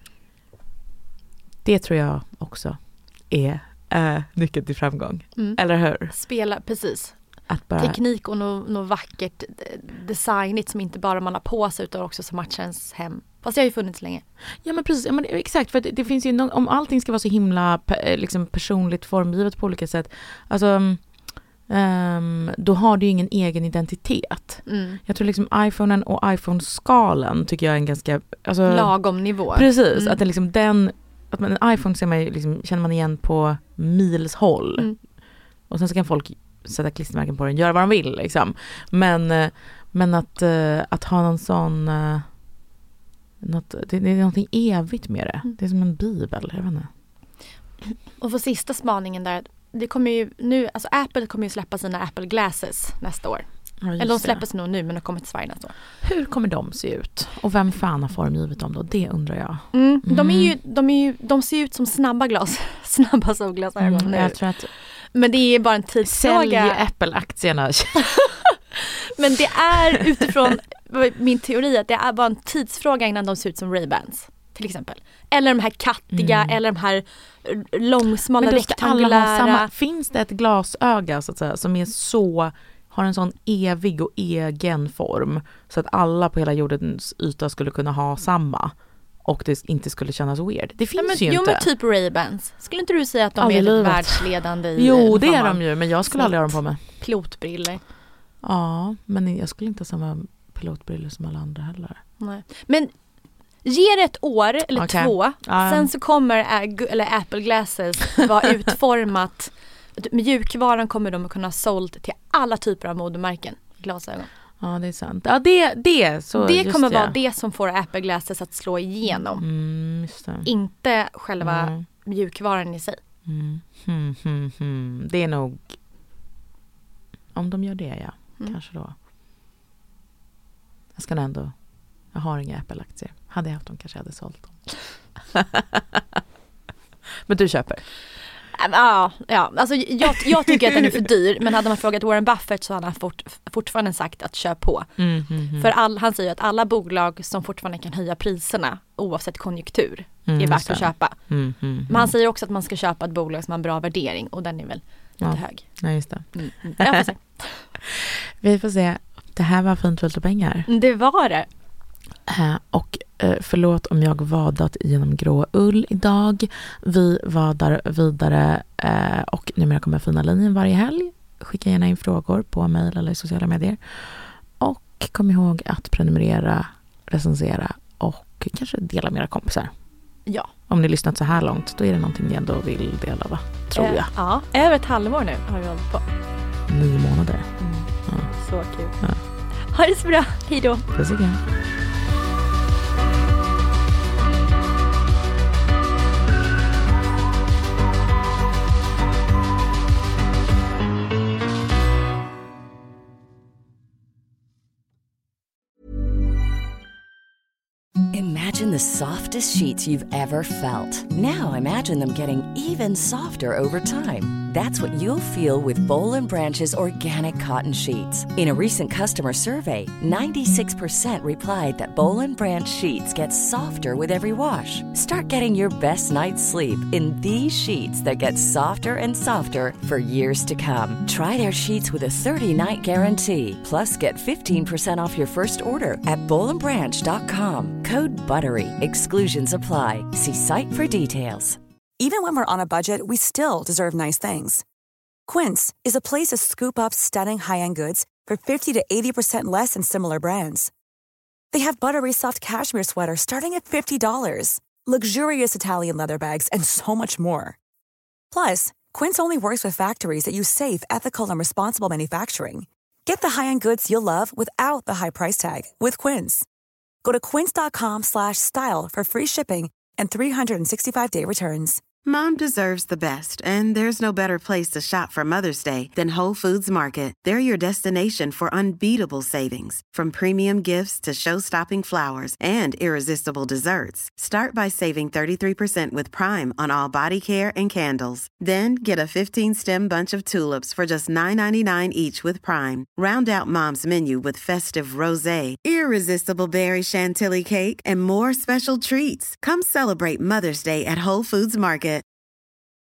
det tror jag också är äh, nyckeln till framgång. Mm. Eller hur? Spela, precis. Att bara... Teknik och något, något vackert designigt som inte bara man har på sig utan också som matchar ens hem. Fast det har ju funnits länge. Ja, men precis, ja, men exakt, för det, det finns ju no- om allting ska vara så himla liksom, personligt formgivet på olika sätt, alltså um, då har du ju ingen egen identitet. Mm. Jag tror liksom iPhonen och iPhone-skalen tycker jag är en ganska alltså, lagom nivå. Precis, mm. att det liksom den, att man, en iPhone ser man ju, liksom, känner man igen på mils håll. Mm. Och sen så kan folk sätta klistermärken på den, göra vad de vill liksom. Men, men att, att ha någon sån något, det, det är någonting evigt med det. Det är som en bibel, jag vet inte. Och för sista spaningen där, det kommer ju nu, alltså Apple kommer ju släppa sina Apple Glasses nästa år. Ja, eller de släpper sig nog nu, men de kommer till Sverige nästa år. Hur kommer de se ut? Och vem fan har formgivit dem då? Det undrar jag. Mm. Mm. De, är ju, de, är ju, de ser ut som snabba glas. Snabba solglasögon mm, nu. Jag tror att... Men det är bara en tidsfråga. Sälj Apple-aktierna. Men det är utifrån min teori att det är bara en tidsfråga innan de ser ut som Ray-Bans. Till exempel. Eller de här kattiga, mm. eller de här långsmala rektangulära. Samma, finns det ett glasöga så att säga, som är så, har en sån evig och egen form så att alla på hela jordens yta skulle kunna ha samma och det inte skulle kännas weird? Det finns ja, men, ju jo, inte. Jo, men typ Ray-Bans. Skulle inte du säga att de aldrig är livet. Världsledande i? Jo, det är de ju, men jag skulle aldrig ha dem på mig. Pilotbriller. Ja, men jag skulle inte ha samma pilotbriller som alla andra heller. Nej. Men ge det ett år eller okay. två. Ja. Sen så kommer eller Apple Glasses vara utformat. Mjukvaran kommer de att kunna sålt till alla typer av modemärken. Glasögon. Ja, det är sant. Ja, det, det, så det kommer vara det som får Apple Glasses att slå igenom. Mm, just det. Inte själva mm. mjukvaran i sig. Mm. Hmm, hmm, hmm. Det är nog... Om de gör det, ja. Mm. Kanske då. Jag ska ändå... Jag har inga Apple-aktier. Hade jag haft dem kanske jag hade sålt dem. Men du köper? Ja, ja. Alltså, jag, jag tycker att den är för dyr. Men hade man frågat Warren Buffett så hade han fort, fortfarande sagt att köp på. Mm, mm, mm. För all, han säger att alla bolag som fortfarande kan höja priserna oavsett konjunktur mm, är värt att köpa. Mm, mm, men han säger också att man ska köpa ett bolag som har en bra värdering. Och den är väl lite ja. hög. Ja, just det. Mm, mm. Jag får se. Vi får se. Det här var fint fullt av pengar. Det var det. Uh, och uh, förlåt om jag vadat genom grå ull idag. Vi vadar vidare uh, och numera kommer fina linjen varje helg. Skicka gärna in frågor på mejl eller sociala medier. Och kom ihåg att prenumerera, recensera och kanske dela med era kompisar. Ja. Om ni lyssnat så här långt, då är det någonting ni ändå vill dela, va? Tror jag. Uh, ja, över ett halvår nu har vi hållit på. Nio månader. Mm. Ja. Så kul. Ja. Ha det så bra. Hej då. Puss igen. Imagine the softest sheets you've ever felt. Now imagine them getting even softer over time. That's what you'll feel with Boll and Branch's organic cotton sheets. In a recent customer survey, ninety-six percent replied that Boll and Branch sheets get softer with every wash. Start getting your best night's sleep in these sheets that get softer and softer for years to come. Try their sheets with a thirty-night guarantee. Plus, get fifteen percent off your first order at boll and branch dot com. Code BUTTERY. Exclusions apply. See site for details. Even when we're on a budget, we still deserve nice things. Quince is a place to scoop up stunning high-end goods for fifty to eighty percent less than similar brands. They have buttery soft cashmere sweaters starting at fifty dollars, luxurious Italian leather bags, and so much more. Plus, Quince only works with factories that use safe, ethical, and responsible manufacturing. Get the high-end goods you'll love without the high price tag with Quince. Go to quince dot com slash style for free shipping and three sixty-five day returns. Mom deserves the best, and there's no better place to shop for Mother's Day than Whole Foods Market. They're your destination for unbeatable savings, from premium gifts to show-stopping flowers and irresistible desserts. Start by saving thirty-three percent with Prime on all body care and candles. Then get a fifteen-stem bunch of tulips for just nine ninety-nine each with Prime. Round out Mom's menu with festive rosé, irresistible berry chantilly cake, and more special treats. Come celebrate Mother's Day at Whole Foods Market.